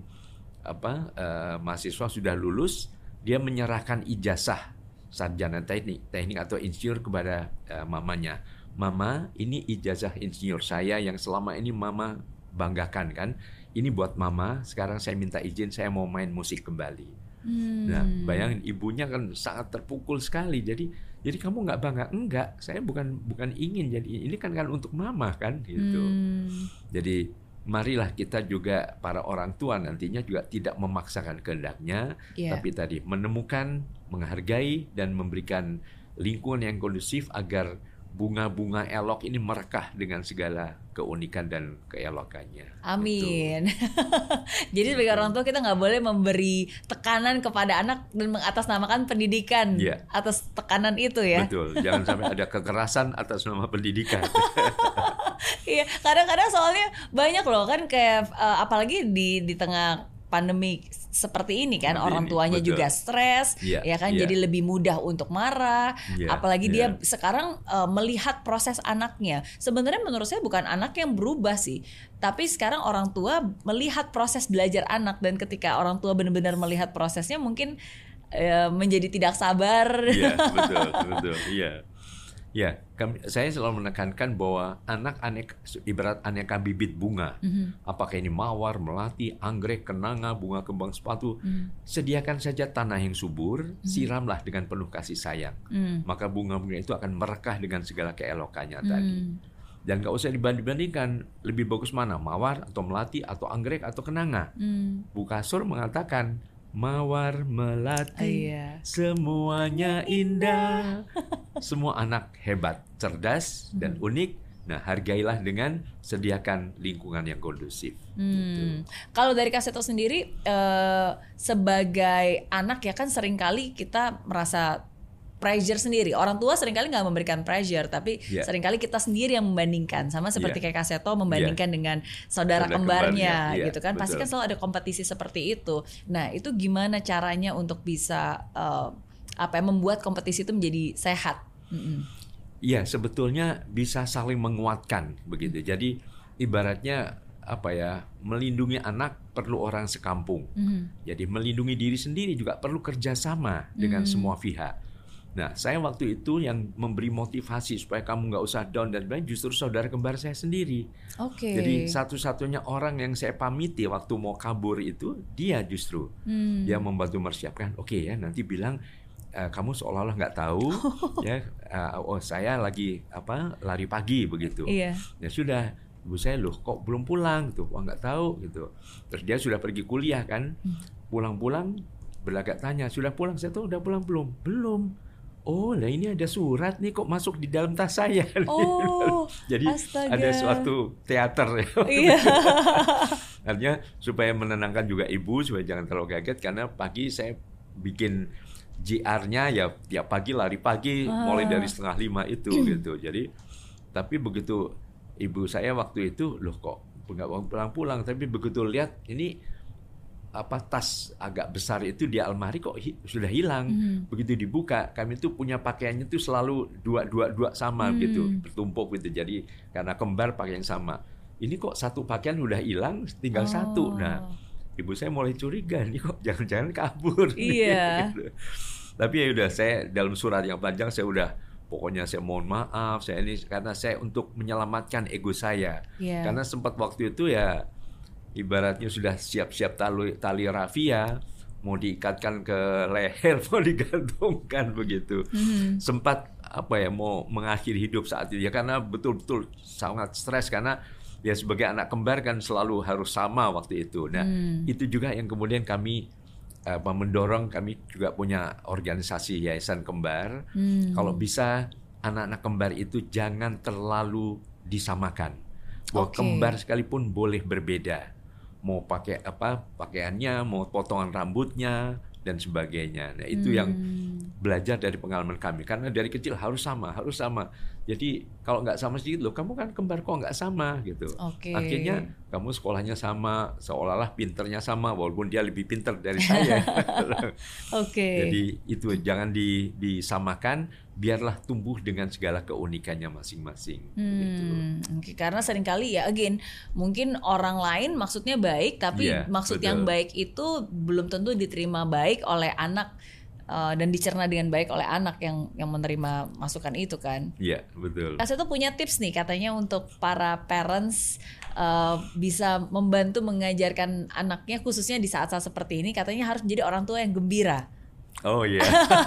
mahasiswa sudah lulus, dia menyerahkan ijazah sarjana teknik atau insinyur kepada mamanya. Mama, ini ijazah insinyur saya yang selama ini mama banggakan kan. Ini buat mama, sekarang saya minta izin, saya mau main musik kembali. Nah, bayangin ibunya kan sangat terpukul sekali. Jadi Jadi kamu nggak bangga? Enggak, saya bukan ingin jadi, ini kan untuk mama kan gitu. Jadi marilah kita juga para orang tua nantinya juga tidak memaksakan kehendaknya, tapi tadi menemukan, menghargai dan memberikan lingkungan yang kondusif agar bunga-bunga elok ini merekah dengan segala keunikan dan keelokannya. Amin. Jadi sebagai orang tua kita nggak boleh memberi tekanan kepada anak dan mengatasnamakan pendidikan atas tekanan itu ya. Betul. Jangan sampai ada kekerasan atas nama pendidikan. Iya, kadang-kadang soalnya banyak loh kan kayak apalagi di tengah pandemi seperti ini kan, orang tuanya juga stres, ya kan, jadi lebih mudah untuk marah, apalagi dia sekarang melihat proses anaknya. Sebenarnya menurut saya bukan anak yang berubah sih, tapi sekarang orang tua melihat proses belajar anak, dan ketika orang tua benar-benar melihat prosesnya mungkin menjadi tidak sabar. Iya, betul, iya. Ya, saya selalu menekankan bahwa anak ibarat aneka bibit bunga. Apakah ini mawar, melati, anggrek, kenanga, bunga kembang sepatu. Sediakan saja tanah yang subur, siramlah dengan penuh kasih sayang. Maka bunga-bunga itu akan merekah dengan segala keelokannya tadi. Dan gak usah dibanding-bandingkan, lebih bagus mana, mawar atau melati atau anggrek atau kenanga. Bu Kasur mengatakan, mawar, melati, semuanya indah. Semua anak hebat, cerdas, dan unik. Nah, hargailah dengan sediakan lingkungan yang kondusif. Gitu. Kalau dari Kak Seto sendiri, sebagai anak ya kan seringkali kita merasa pressure sendiri. Orang tua seringkali nggak memberikan pressure, tapi seringkali kita sendiri yang membandingkan. Sama seperti kayak Kak Seto membandingkan dengan saudara kembarnya gitu kan. Pasti kan selalu ada kompetisi seperti itu. Nah, itu gimana caranya untuk bisa membuat kompetisi itu menjadi sehat? Iya, sebetulnya bisa saling menguatkan begitu. Jadi ibaratnya melindungi anak perlu orang sekampung. Jadi melindungi diri sendiri juga perlu kerjasama dengan semua pihak. Nah, saya waktu itu yang memberi motivasi supaya kamu nggak usah down dan lain, justru saudara kembar saya sendiri. Jadi satu-satunya orang yang saya pamiti waktu mau kabur itu dia justru. Dia membantu mempersiapkan. Oke ya, nanti bilang kamu seolah-olah nggak tahu ya. Saya lagi lari pagi begitu. Ya sudah, ibu saya loh kok belum pulang tuh, nggak tahu gitu. Terus dia sudah pergi kuliah kan, pulang-pulang berlagak tanya, sudah pulang? Saya tuh udah pulang belum? Belum. Oh, lah ini ada surat nih kok masuk di dalam tas saya. Jadi astaga, ada suatu teater ya. Artinya supaya menenangkan juga ibu supaya jangan terlalu kaget, karena pagi saya bikin JR-nya ya tiap pagi lari pagi mulai dari 4:30 itu gitu. Jadi tapi begitu ibu saya waktu itu loh kok nggak pulang-pulang, tapi begitu lihat ini tas agak besar itu di almari kok sudah hilang. Begitu dibuka, kami tuh punya pakaiannya tuh selalu dua sama gitu, bertumpuk gitu. Jadi karena kembar pakai yang sama. Ini kok satu pakaian udah hilang, tinggal satu. Nah, ibu saya mulai curiga nih kok jangan-jangan kabur. Iya. Gitu. Tapi ya udah, saya dalam surat yang panjang saya udah pokoknya saya mohon maaf, saya ini karena saya untuk menyelamatkan ego saya. Karena sempat waktu itu ya ibaratnya sudah siap-siap tali rafia mau diikatkan ke leher, mau digantungkan begitu. Sempat mau mengakhiri hidup saat itu ya, karena betul-betul sangat stres karena ya sebagai anak kembar kan selalu harus sama waktu itu. Nah, itu juga yang kemudian kami mendorong, kami juga punya organisasi Yayasan Kembar. Kalau bisa anak-anak kembar itu jangan terlalu disamakan. Bahwa kembar sekalipun boleh berbeda. Mau pakai pakaiannya, mau potongan rambutnya dan sebagainya. Nah, itu yang belajar dari pengalaman kami, karena dari kecil harus sama. Jadi kalau nggak sama sedikit, loh kamu kan kembar kok nggak sama gitu. Akhirnya kamu sekolahnya sama, seolah-olah pinternya sama walaupun dia lebih pinter dari saya. Jadi itu jangan disamakan, biarlah tumbuh dengan segala keunikannya masing-masing. Karena seringkali ya mungkin orang lain maksudnya baik, tapi maksud yang baik itu belum tentu diterima baik oleh anak dan dicerna dengan baik oleh anak yang menerima masukan itu kan. Iya, betul. Kak Seto punya tips nih katanya untuk para parents bisa membantu mengajarkan anaknya khususnya di saat-saat seperti ini, katanya harus menjadi orang tua yang gembira. Oh iya.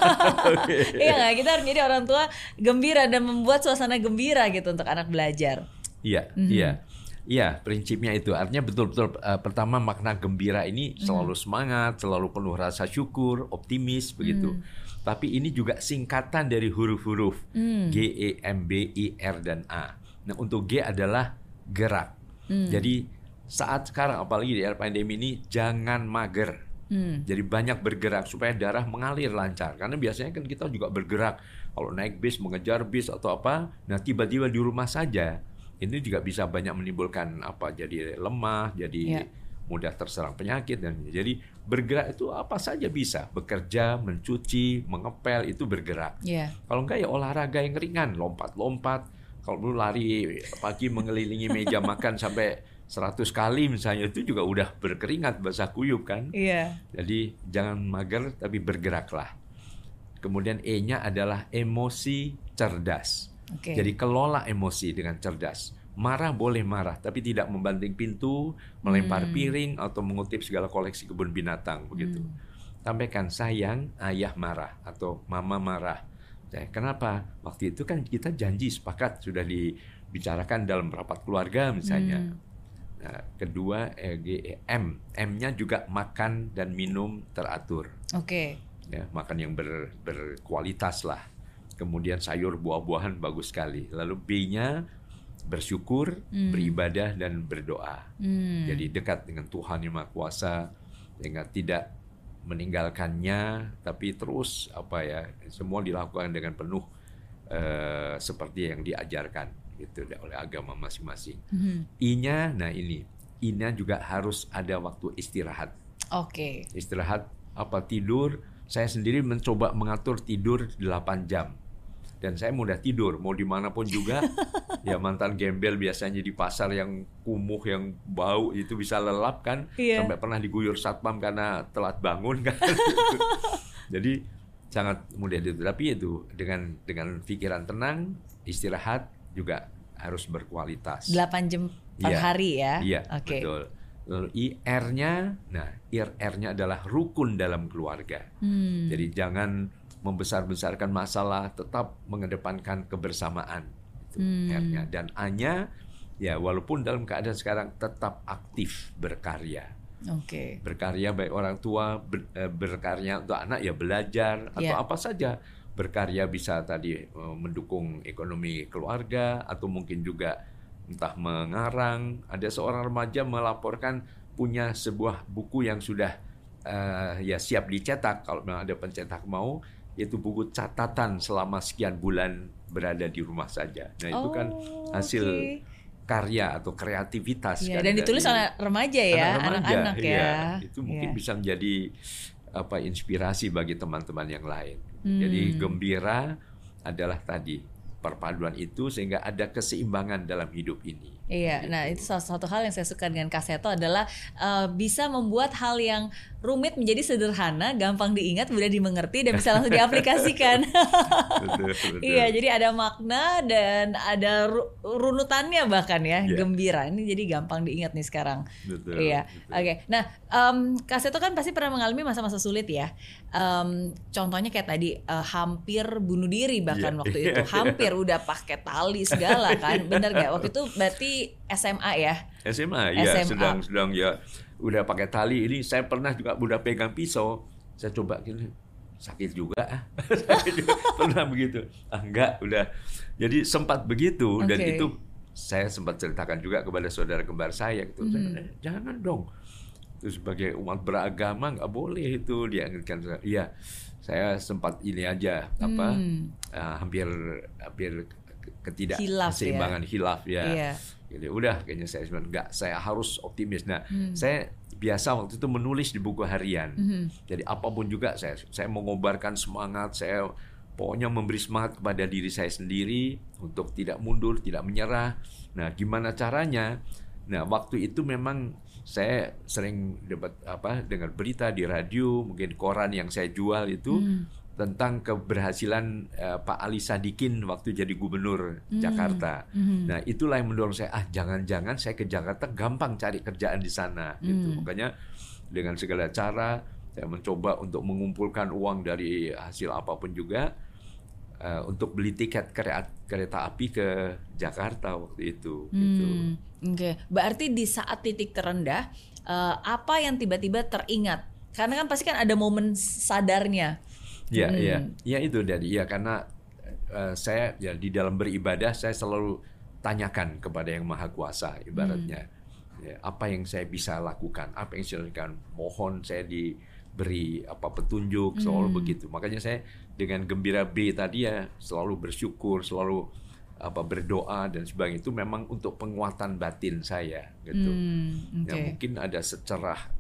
Iya nggak? Kita harus jadi orang tua gembira dan membuat suasana gembira gitu untuk anak belajar. Iya, iya. Iya, prinsipnya itu. Artinya betul-betul pertama makna gembira ini selalu semangat, selalu penuh rasa syukur, optimis begitu. Tapi ini juga singkatan dari huruf-huruf G, E, M, B, I, R, dan A. Nah, untuk G adalah gerak. Jadi saat sekarang apalagi di era pandemi ini jangan mager. Jadi banyak bergerak supaya darah mengalir lancar. Karena biasanya kan kita juga bergerak kalau naik bis, mengejar bis atau apa. Nah tiba-tiba di rumah saja ini juga bisa banyak menimbulkan apa? Jadi lemah, jadi mudah terserang penyakit dan jadi bergerak itu apa saja bisa. Bekerja, mencuci, mengepel itu bergerak. Kalau enggak ya olahraga yang ringan, lompat-lompat. Kalau dulu lari pagi mengelilingi meja makan sampai 100 kali misalnya itu juga udah berkeringat basah kuyup kan. Jadi jangan mager tapi bergeraklah. Kemudian E-nya adalah emosi cerdas. Jadi kelola emosi dengan cerdas. Marah boleh marah tapi tidak membanting pintu, melempar piring atau mengutip segala koleksi kebun binatang begitu. Sampaikan sayang, ayah marah atau mama marah. Kenapa? Waktu itu kan kita janji sepakat sudah dibicarakan dalam rapat keluarga misalnya. Nah, kedua M. M-nya juga makan dan minum teratur. Ya, makan yang berkualitas lah. Kemudian sayur buah-buahan bagus sekali. Lalu B-nya bersyukur, beribadah dan berdoa. Jadi dekat dengan Tuhan Yang Maha Kuasa sehingga tidak meninggalkannya tapi terus semua dilakukan dengan penuh seperti yang diajarkan gitu oleh agama masing-masing. I-nya, nah I-nya juga harus ada waktu istirahat. Istirahat tidur. Saya sendiri mencoba mengatur tidur 8 jam. Dan saya mudah tidur, mau dimanapun juga. Ya mantan gembel biasanya di pasar yang kumuh, yang bau itu bisa lelap kan. Sampai pernah diguyur satpam karena telat bangun kan. Jadi sangat mudah tidur. Tapi itu dengan pikiran tenang, istirahat juga harus berkualitas. 8 jam per hari ya? Iya, betul. Lalu IR-nya, IR-nya adalah rukun dalam keluarga. Jadi jangan membesar-besarkan masalah, tetap mengedepankan kebersamaan. Itu R-nya. Dan A-nya, ya walaupun dalam keadaan sekarang tetap aktif berkarya. Berkarya baik orang tua, berkarya untuk anak ya belajar, atau apa saja. Berkarya bisa tadi mendukung ekonomi keluarga, atau mungkin juga entah mengarang. Ada seorang remaja melaporkan punya sebuah buku yang sudah siap dicetak. Kalau memang ada pencetak mau, yaitu buku catatan selama sekian bulan berada di rumah saja. Nah itu kan hasil karya atau kreativitas. Kan, dan ditulis oleh remaja ya, anak-anak ya. Itu mungkin bisa menjadi inspirasi bagi teman-teman yang lain. Jadi gembira adalah tadi perpaduan itu sehingga ada keseimbangan dalam hidup ini. Iya, nah itu salah satu hal yang saya suka dengan Kak Seto adalah bisa membuat hal yang rumit menjadi sederhana, gampang diingat, mudah dimengerti dan bisa langsung diaplikasikan. Betul. Iya, jadi ada makna dan ada runutannya bahkan ya, gembira. Ini jadi gampang diingat nih sekarang. Betul. Iya, oke. Nah, Kak Seto kan pasti pernah mengalami masa-masa sulit ya. Contohnya kayak tadi hampir bunuh diri bahkan waktu itu, hampir udah pakai tali segala kan, bener gak? Waktu itu berarti SMA ya? SMA ya, sedang ya udah pakai tali. Ini saya pernah juga udah pegang pisau, saya coba gini, sakit juga. Pernah begitu. Enggak, udah. Jadi sempat begitu dan itu saya sempat ceritakan juga kepada saudara kembar saya gitu. Jangan dong. Itu sebagai umat beragama nggak boleh itu dianggapkan. Iya, saya sempat ini aja hampir ketidakseimbangan hilaf ya. Jadi udah kayaknya saya sebenarnya enggak, saya harus optimis. Nah, saya biasa waktu itu menulis di buku harian. Jadi apapun juga saya mengobarkan semangat, saya pokoknya memberi semangat kepada diri saya sendiri untuk tidak mundur, tidak menyerah. Nah, gimana caranya? Nah, waktu itu memang saya sering dapat dengar berita di radio, mungkin koran yang saya jual itu tentang keberhasilan Pak Ali Sadikin waktu jadi gubernur Jakarta. Nah, itulah yang mendorong saya, jangan-jangan saya ke Jakarta gampang cari kerjaan di sana gitu. Makanya dengan segala cara Saya mencoba untuk mengumpulkan uang dari hasil apapun juga untuk beli tiket kereta api ke Jakarta waktu itu. Gitu. Oke. Berarti di saat titik terendah, apa yang tiba-tiba teringat? Karena kan pasti kan ada momen sadarnya. Ya itu karena saya ya di dalam beribadah saya selalu tanyakan kepada Yang Maha Kuasa ibaratnya. Apa yang saya bisa lakukan, apa yang saya lakukan, mohon saya diberi petunjuk, selalu begitu. Makanya saya dengan gembira B tadi ya selalu bersyukur, selalu berdoa dan sebagainya, itu memang untuk penguatan batin saya gitu. Ya mungkin ada secerah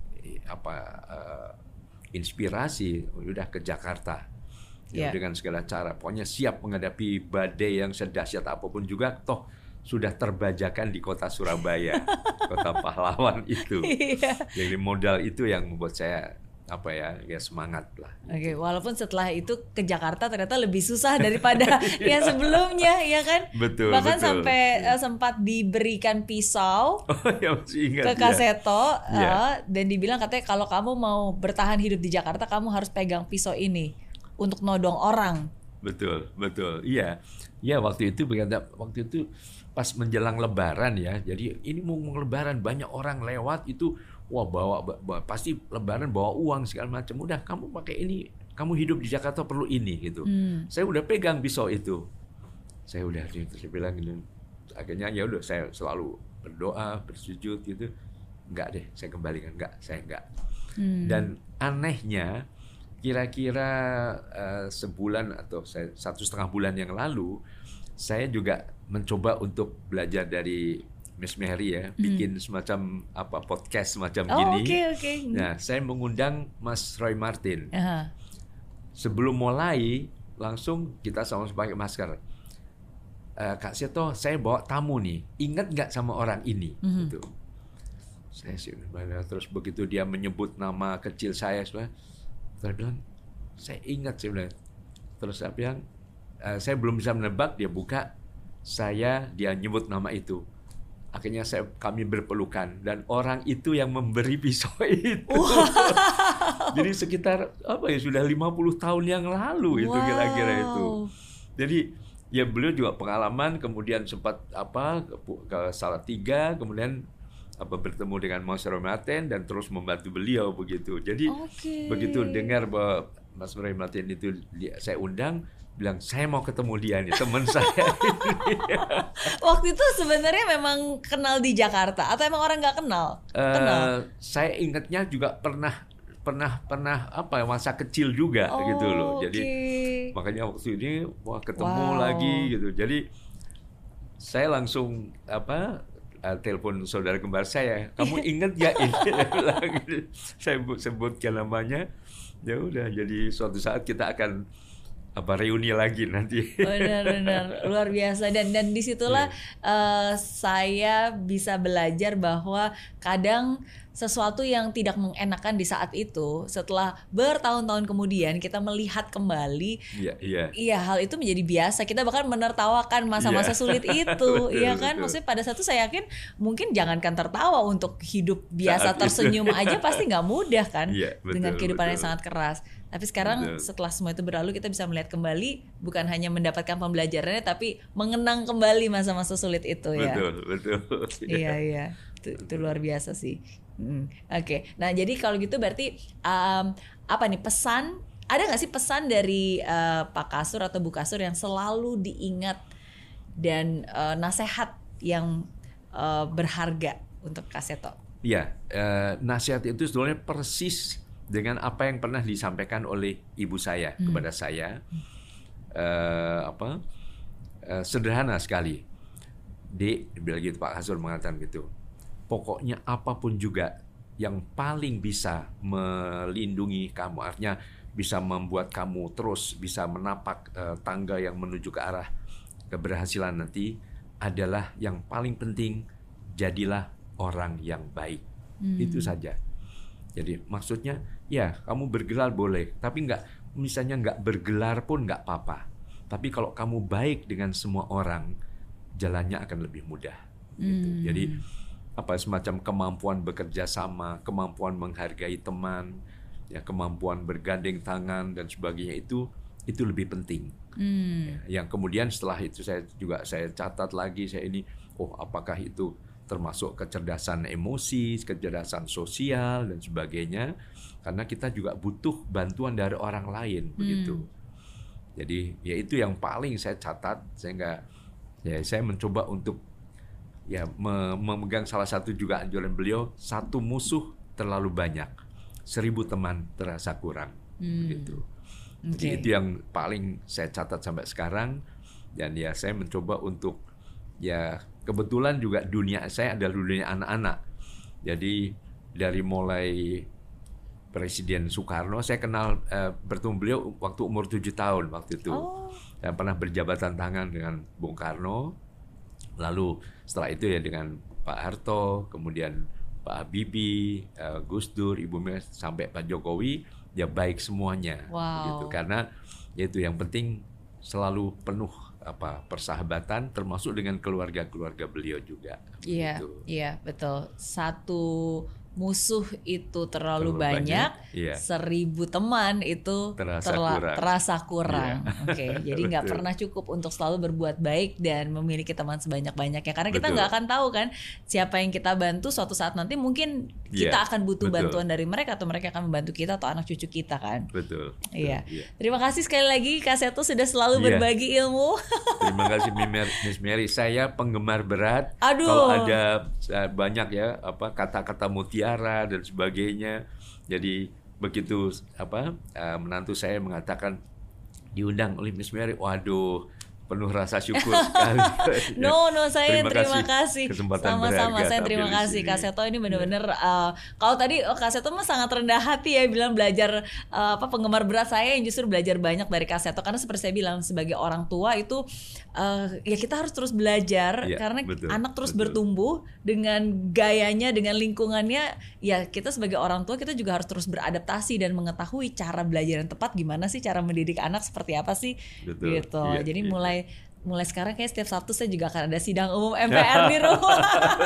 inspirasi udah ke Jakarta. Dengan segala cara, pokoknya siap menghadapi badai yang sedahsyat apapun juga, toh sudah terbajakan di kota Surabaya, kota pahlawan itu. Jadi modal itu yang membuat saya semangat lah. Oke, walaupun setelah itu ke Jakarta ternyata lebih susah daripada yang sebelumnya, ya kan? Betul. Bahkan sampai sempat diberikan pisau masih ingat, ke Kak Seto, dan dibilang katanya kalau kamu mau bertahan hidup di Jakarta, kamu harus pegang pisau ini untuk nodong orang. Betul. Iya, waktu itu pas menjelang Lebaran ya. Jadi ini mau Lebaran, banyak orang lewat itu. Wah, bawa pasti Lebaran bawa uang segala macam. Udah, kamu pakai ini, kamu hidup di Jakarta perlu ini gitu. Saya udah pegang pisau itu. Saya bilang gitu. Akhirnya ya udah saya selalu berdoa, bersujud gitu. Enggak deh, saya kembalikan. Saya enggak. Dan anehnya kira-kira sebulan atau 1,5 bulan yang lalu saya juga mencoba untuk belajar dari Miss Mary ya, bikin semacam podcast semacam gini. Okay. Nah, saya mengundang Mas Roy Martin. Sebelum mulai, langsung kita sama-sama pakai masker. Kak Seto, saya bawa tamu nih. Ingat nggak sama orang ini? Gitu. Saya sih, terus begitu dia menyebut nama kecil saya bilang, saya ingat, saya bilang. Terus saya bilang, saya belum bisa menebak, dia buka, dia nyebut nama itu. Akhirnya kami berpelukan dan orang itu yang memberi pisau itu. Wow. Jadi sekitar sudah 50 tahun yang lalu itu kira-kira itu. Jadi ya beliau juga pengalaman, kemudian sempat ke Salatiga, kemudian bertemu dengan Mas Roy Martin dan terus membantu beliau begitu. Jadi begitu dengar bahwa Mas Roy Martin itu saya undang, bilang saya mau ketemu dia nih, teman saya. Waktu itu sebenarnya memang kenal di Jakarta atau emang orang nggak kenal? Kenal. Saya ingatnya juga pernah masa kecil juga gitu loh. Jadi makanya waktu ini ketemu lagi gitu. Jadi saya langsung telepon saudara kembar saya. Kamu ingat gak ini? Saya sebutkan namanya. Ya udah, jadi suatu saat kita akan reuni lagi nanti. Benar luar biasa dan disitulah saya bisa belajar bahwa kadang sesuatu yang tidak mengenakan di saat itu, setelah bertahun-tahun kemudian kita melihat kembali, hal itu menjadi biasa. Kita bahkan menertawakan masa-masa sulit itu, iya kan? Maksudnya pada saat itu saya yakin mungkin jangankan tertawa, untuk hidup biasa tersenyum aja pasti nggak mudah kan, dengan kehidupan yang sangat keras. Tapi sekarang setelah semua itu berlalu, kita bisa melihat kembali, bukan hanya mendapatkan pembelajarannya, tapi mengenang kembali masa-masa sulit itu ya. Betul. Iya. Itu luar biasa sih. Oke. Nah, jadi kalau gitu berarti apa nih pesan? Ada nggak sih pesan dari Pak Kasur atau Bu Kasur yang selalu diingat dan nasihat yang berharga untuk Kak Seto? Iya, nasihat itu sebenarnya persis dengan apa yang pernah disampaikan oleh ibu saya kepada saya. Sederhana sekali. Dek, bilang gitu, Pak Kasur mengatakan gitu. Pokoknya apapun juga yang paling bisa melindungi kamu, artinya bisa membuat kamu terus bisa menapak tangga yang menuju ke arah keberhasilan nanti, adalah yang paling penting, jadilah orang yang baik. Itu saja. Jadi maksudnya ya kamu bergelar boleh, tapi misalnya nggak bergelar pun nggak apa-apa. Tapi kalau kamu baik dengan semua orang, jalannya akan lebih mudah. Gitu. Jadi semacam kemampuan bekerja sama, kemampuan menghargai teman, ya kemampuan bergandeng tangan dan sebagainya itu lebih penting. Yang kemudian setelah itu saya catat lagi, apakah itu termasuk kecerdasan emosi, kecerdasan sosial dan sebagainya, karena kita juga butuh bantuan dari orang lain begitu. Jadi ya itu yang paling saya catat, sehingga ya saya mencoba untuk ya memegang salah satu juga anjuran beliau, satu musuh terlalu banyak, 1000 teman terasa kurang begitu. Jadi itu yang paling saya catat sampai sekarang. Dan ya saya mencoba untuk, ya kebetulan juga dunia saya adalah dunia anak-anak. Jadi dari mulai Presiden Soekarno, saya kenal bertemu beliau waktu umur 7 tahun waktu itu. Saya pernah berjabatan tangan dengan Bung Karno. Lalu setelah itu ya dengan Pak Harto, kemudian Pak Habibie, Gus Dur, Ibu Mega, sampai Pak Jokowi, ya baik semuanya. Gitu. Karena yaitu yang penting selalu penuh persahabatan, termasuk dengan keluarga-keluarga beliau juga. Iya, iya betul. Satu musuh itu terlalu banyak, 1000 teman itu terasa kurang. Oke, jadi nggak pernah cukup untuk selalu berbuat baik dan memiliki teman sebanyak-banyaknya. Karena kita nggak akan tahu kan siapa yang kita bantu, suatu saat nanti mungkin kita akan butuh bantuan dari mereka, atau mereka akan membantu kita atau anak cucu kita kan. Betul. Iya. Terima kasih sekali lagi Kak Seto sudah selalu berbagi ilmu. Terima kasih Miss Mary. Saya penggemar berat. Aduh. Kalau ada banyak ya kata-kata mutiara dan sebagainya. Jadi begitu menantu saya mengatakan diundang oleh Miss Mary, waduh, penuh rasa syukur sekali. No, saya terima kasih. Sama-sama, saya terima kasih. Kak Seto ini benar-benar kalau tadi Kak Seto mah sangat rendah hati ya, bilang belajar penggemar berat. Saya yang justru belajar banyak dari Kak Seto, karena seperti saya bilang sebagai orang tua itu ya kita harus terus belajar, karena anak terus bertumbuh dengan gayanya, dengan lingkungannya. Ya kita sebagai orang tua kita juga harus terus beradaptasi dan mengetahui cara belajar yang tepat, gimana sih cara mendidik anak, seperti apa sih gitu. Jadi mulai sekarang kayak setiap Sabtu saya juga akan ada sidang umum MPR di rumah.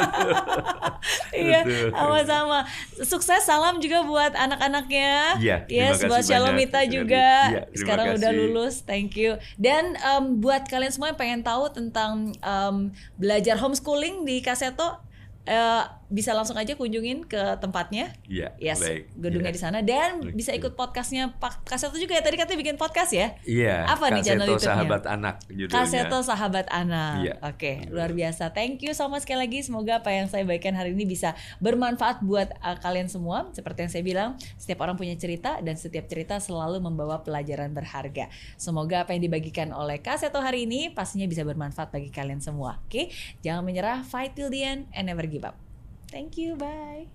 Iya, sama-sama. Sukses, salam juga buat anak-anaknya. Yes, buat Shalomita juga. Sekarang udah lulus, thank you. Dan buat kalian semua yang pengen tahu tentang belajar homeschooling di Kak Seto, bisa langsung aja kunjungin ke tempatnya, gedungnya di sana, dan bisa ikut podcastnya Pak Kak Seto juga ya. Tadi katanya bikin podcast ya? Iya. Apa nih channel YouTube-nya? Sahabat Anak judulnya. Kak Seto Sahabat Anak. Oke, luar biasa. Thank you so much sekali lagi. Semoga apa yang saya bagikan hari ini bisa bermanfaat buat kalian semua. Seperti yang saya bilang, setiap orang punya cerita dan setiap cerita selalu membawa pelajaran berharga. Semoga apa yang dibagikan oleh Kak Seto hari ini pastinya bisa bermanfaat bagi kalian semua. Oke, jangan menyerah, fight till the end and never give up. Thank you, bye.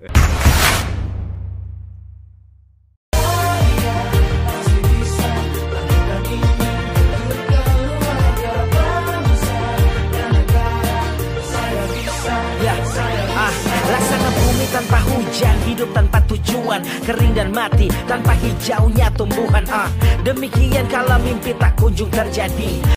Laksana bumi tanpa hujan, hidup tanpa tujuan, kering dan mati tanpa hijaunya tumbuhan. Demikian kalau mimpi tak kunjung terjadi.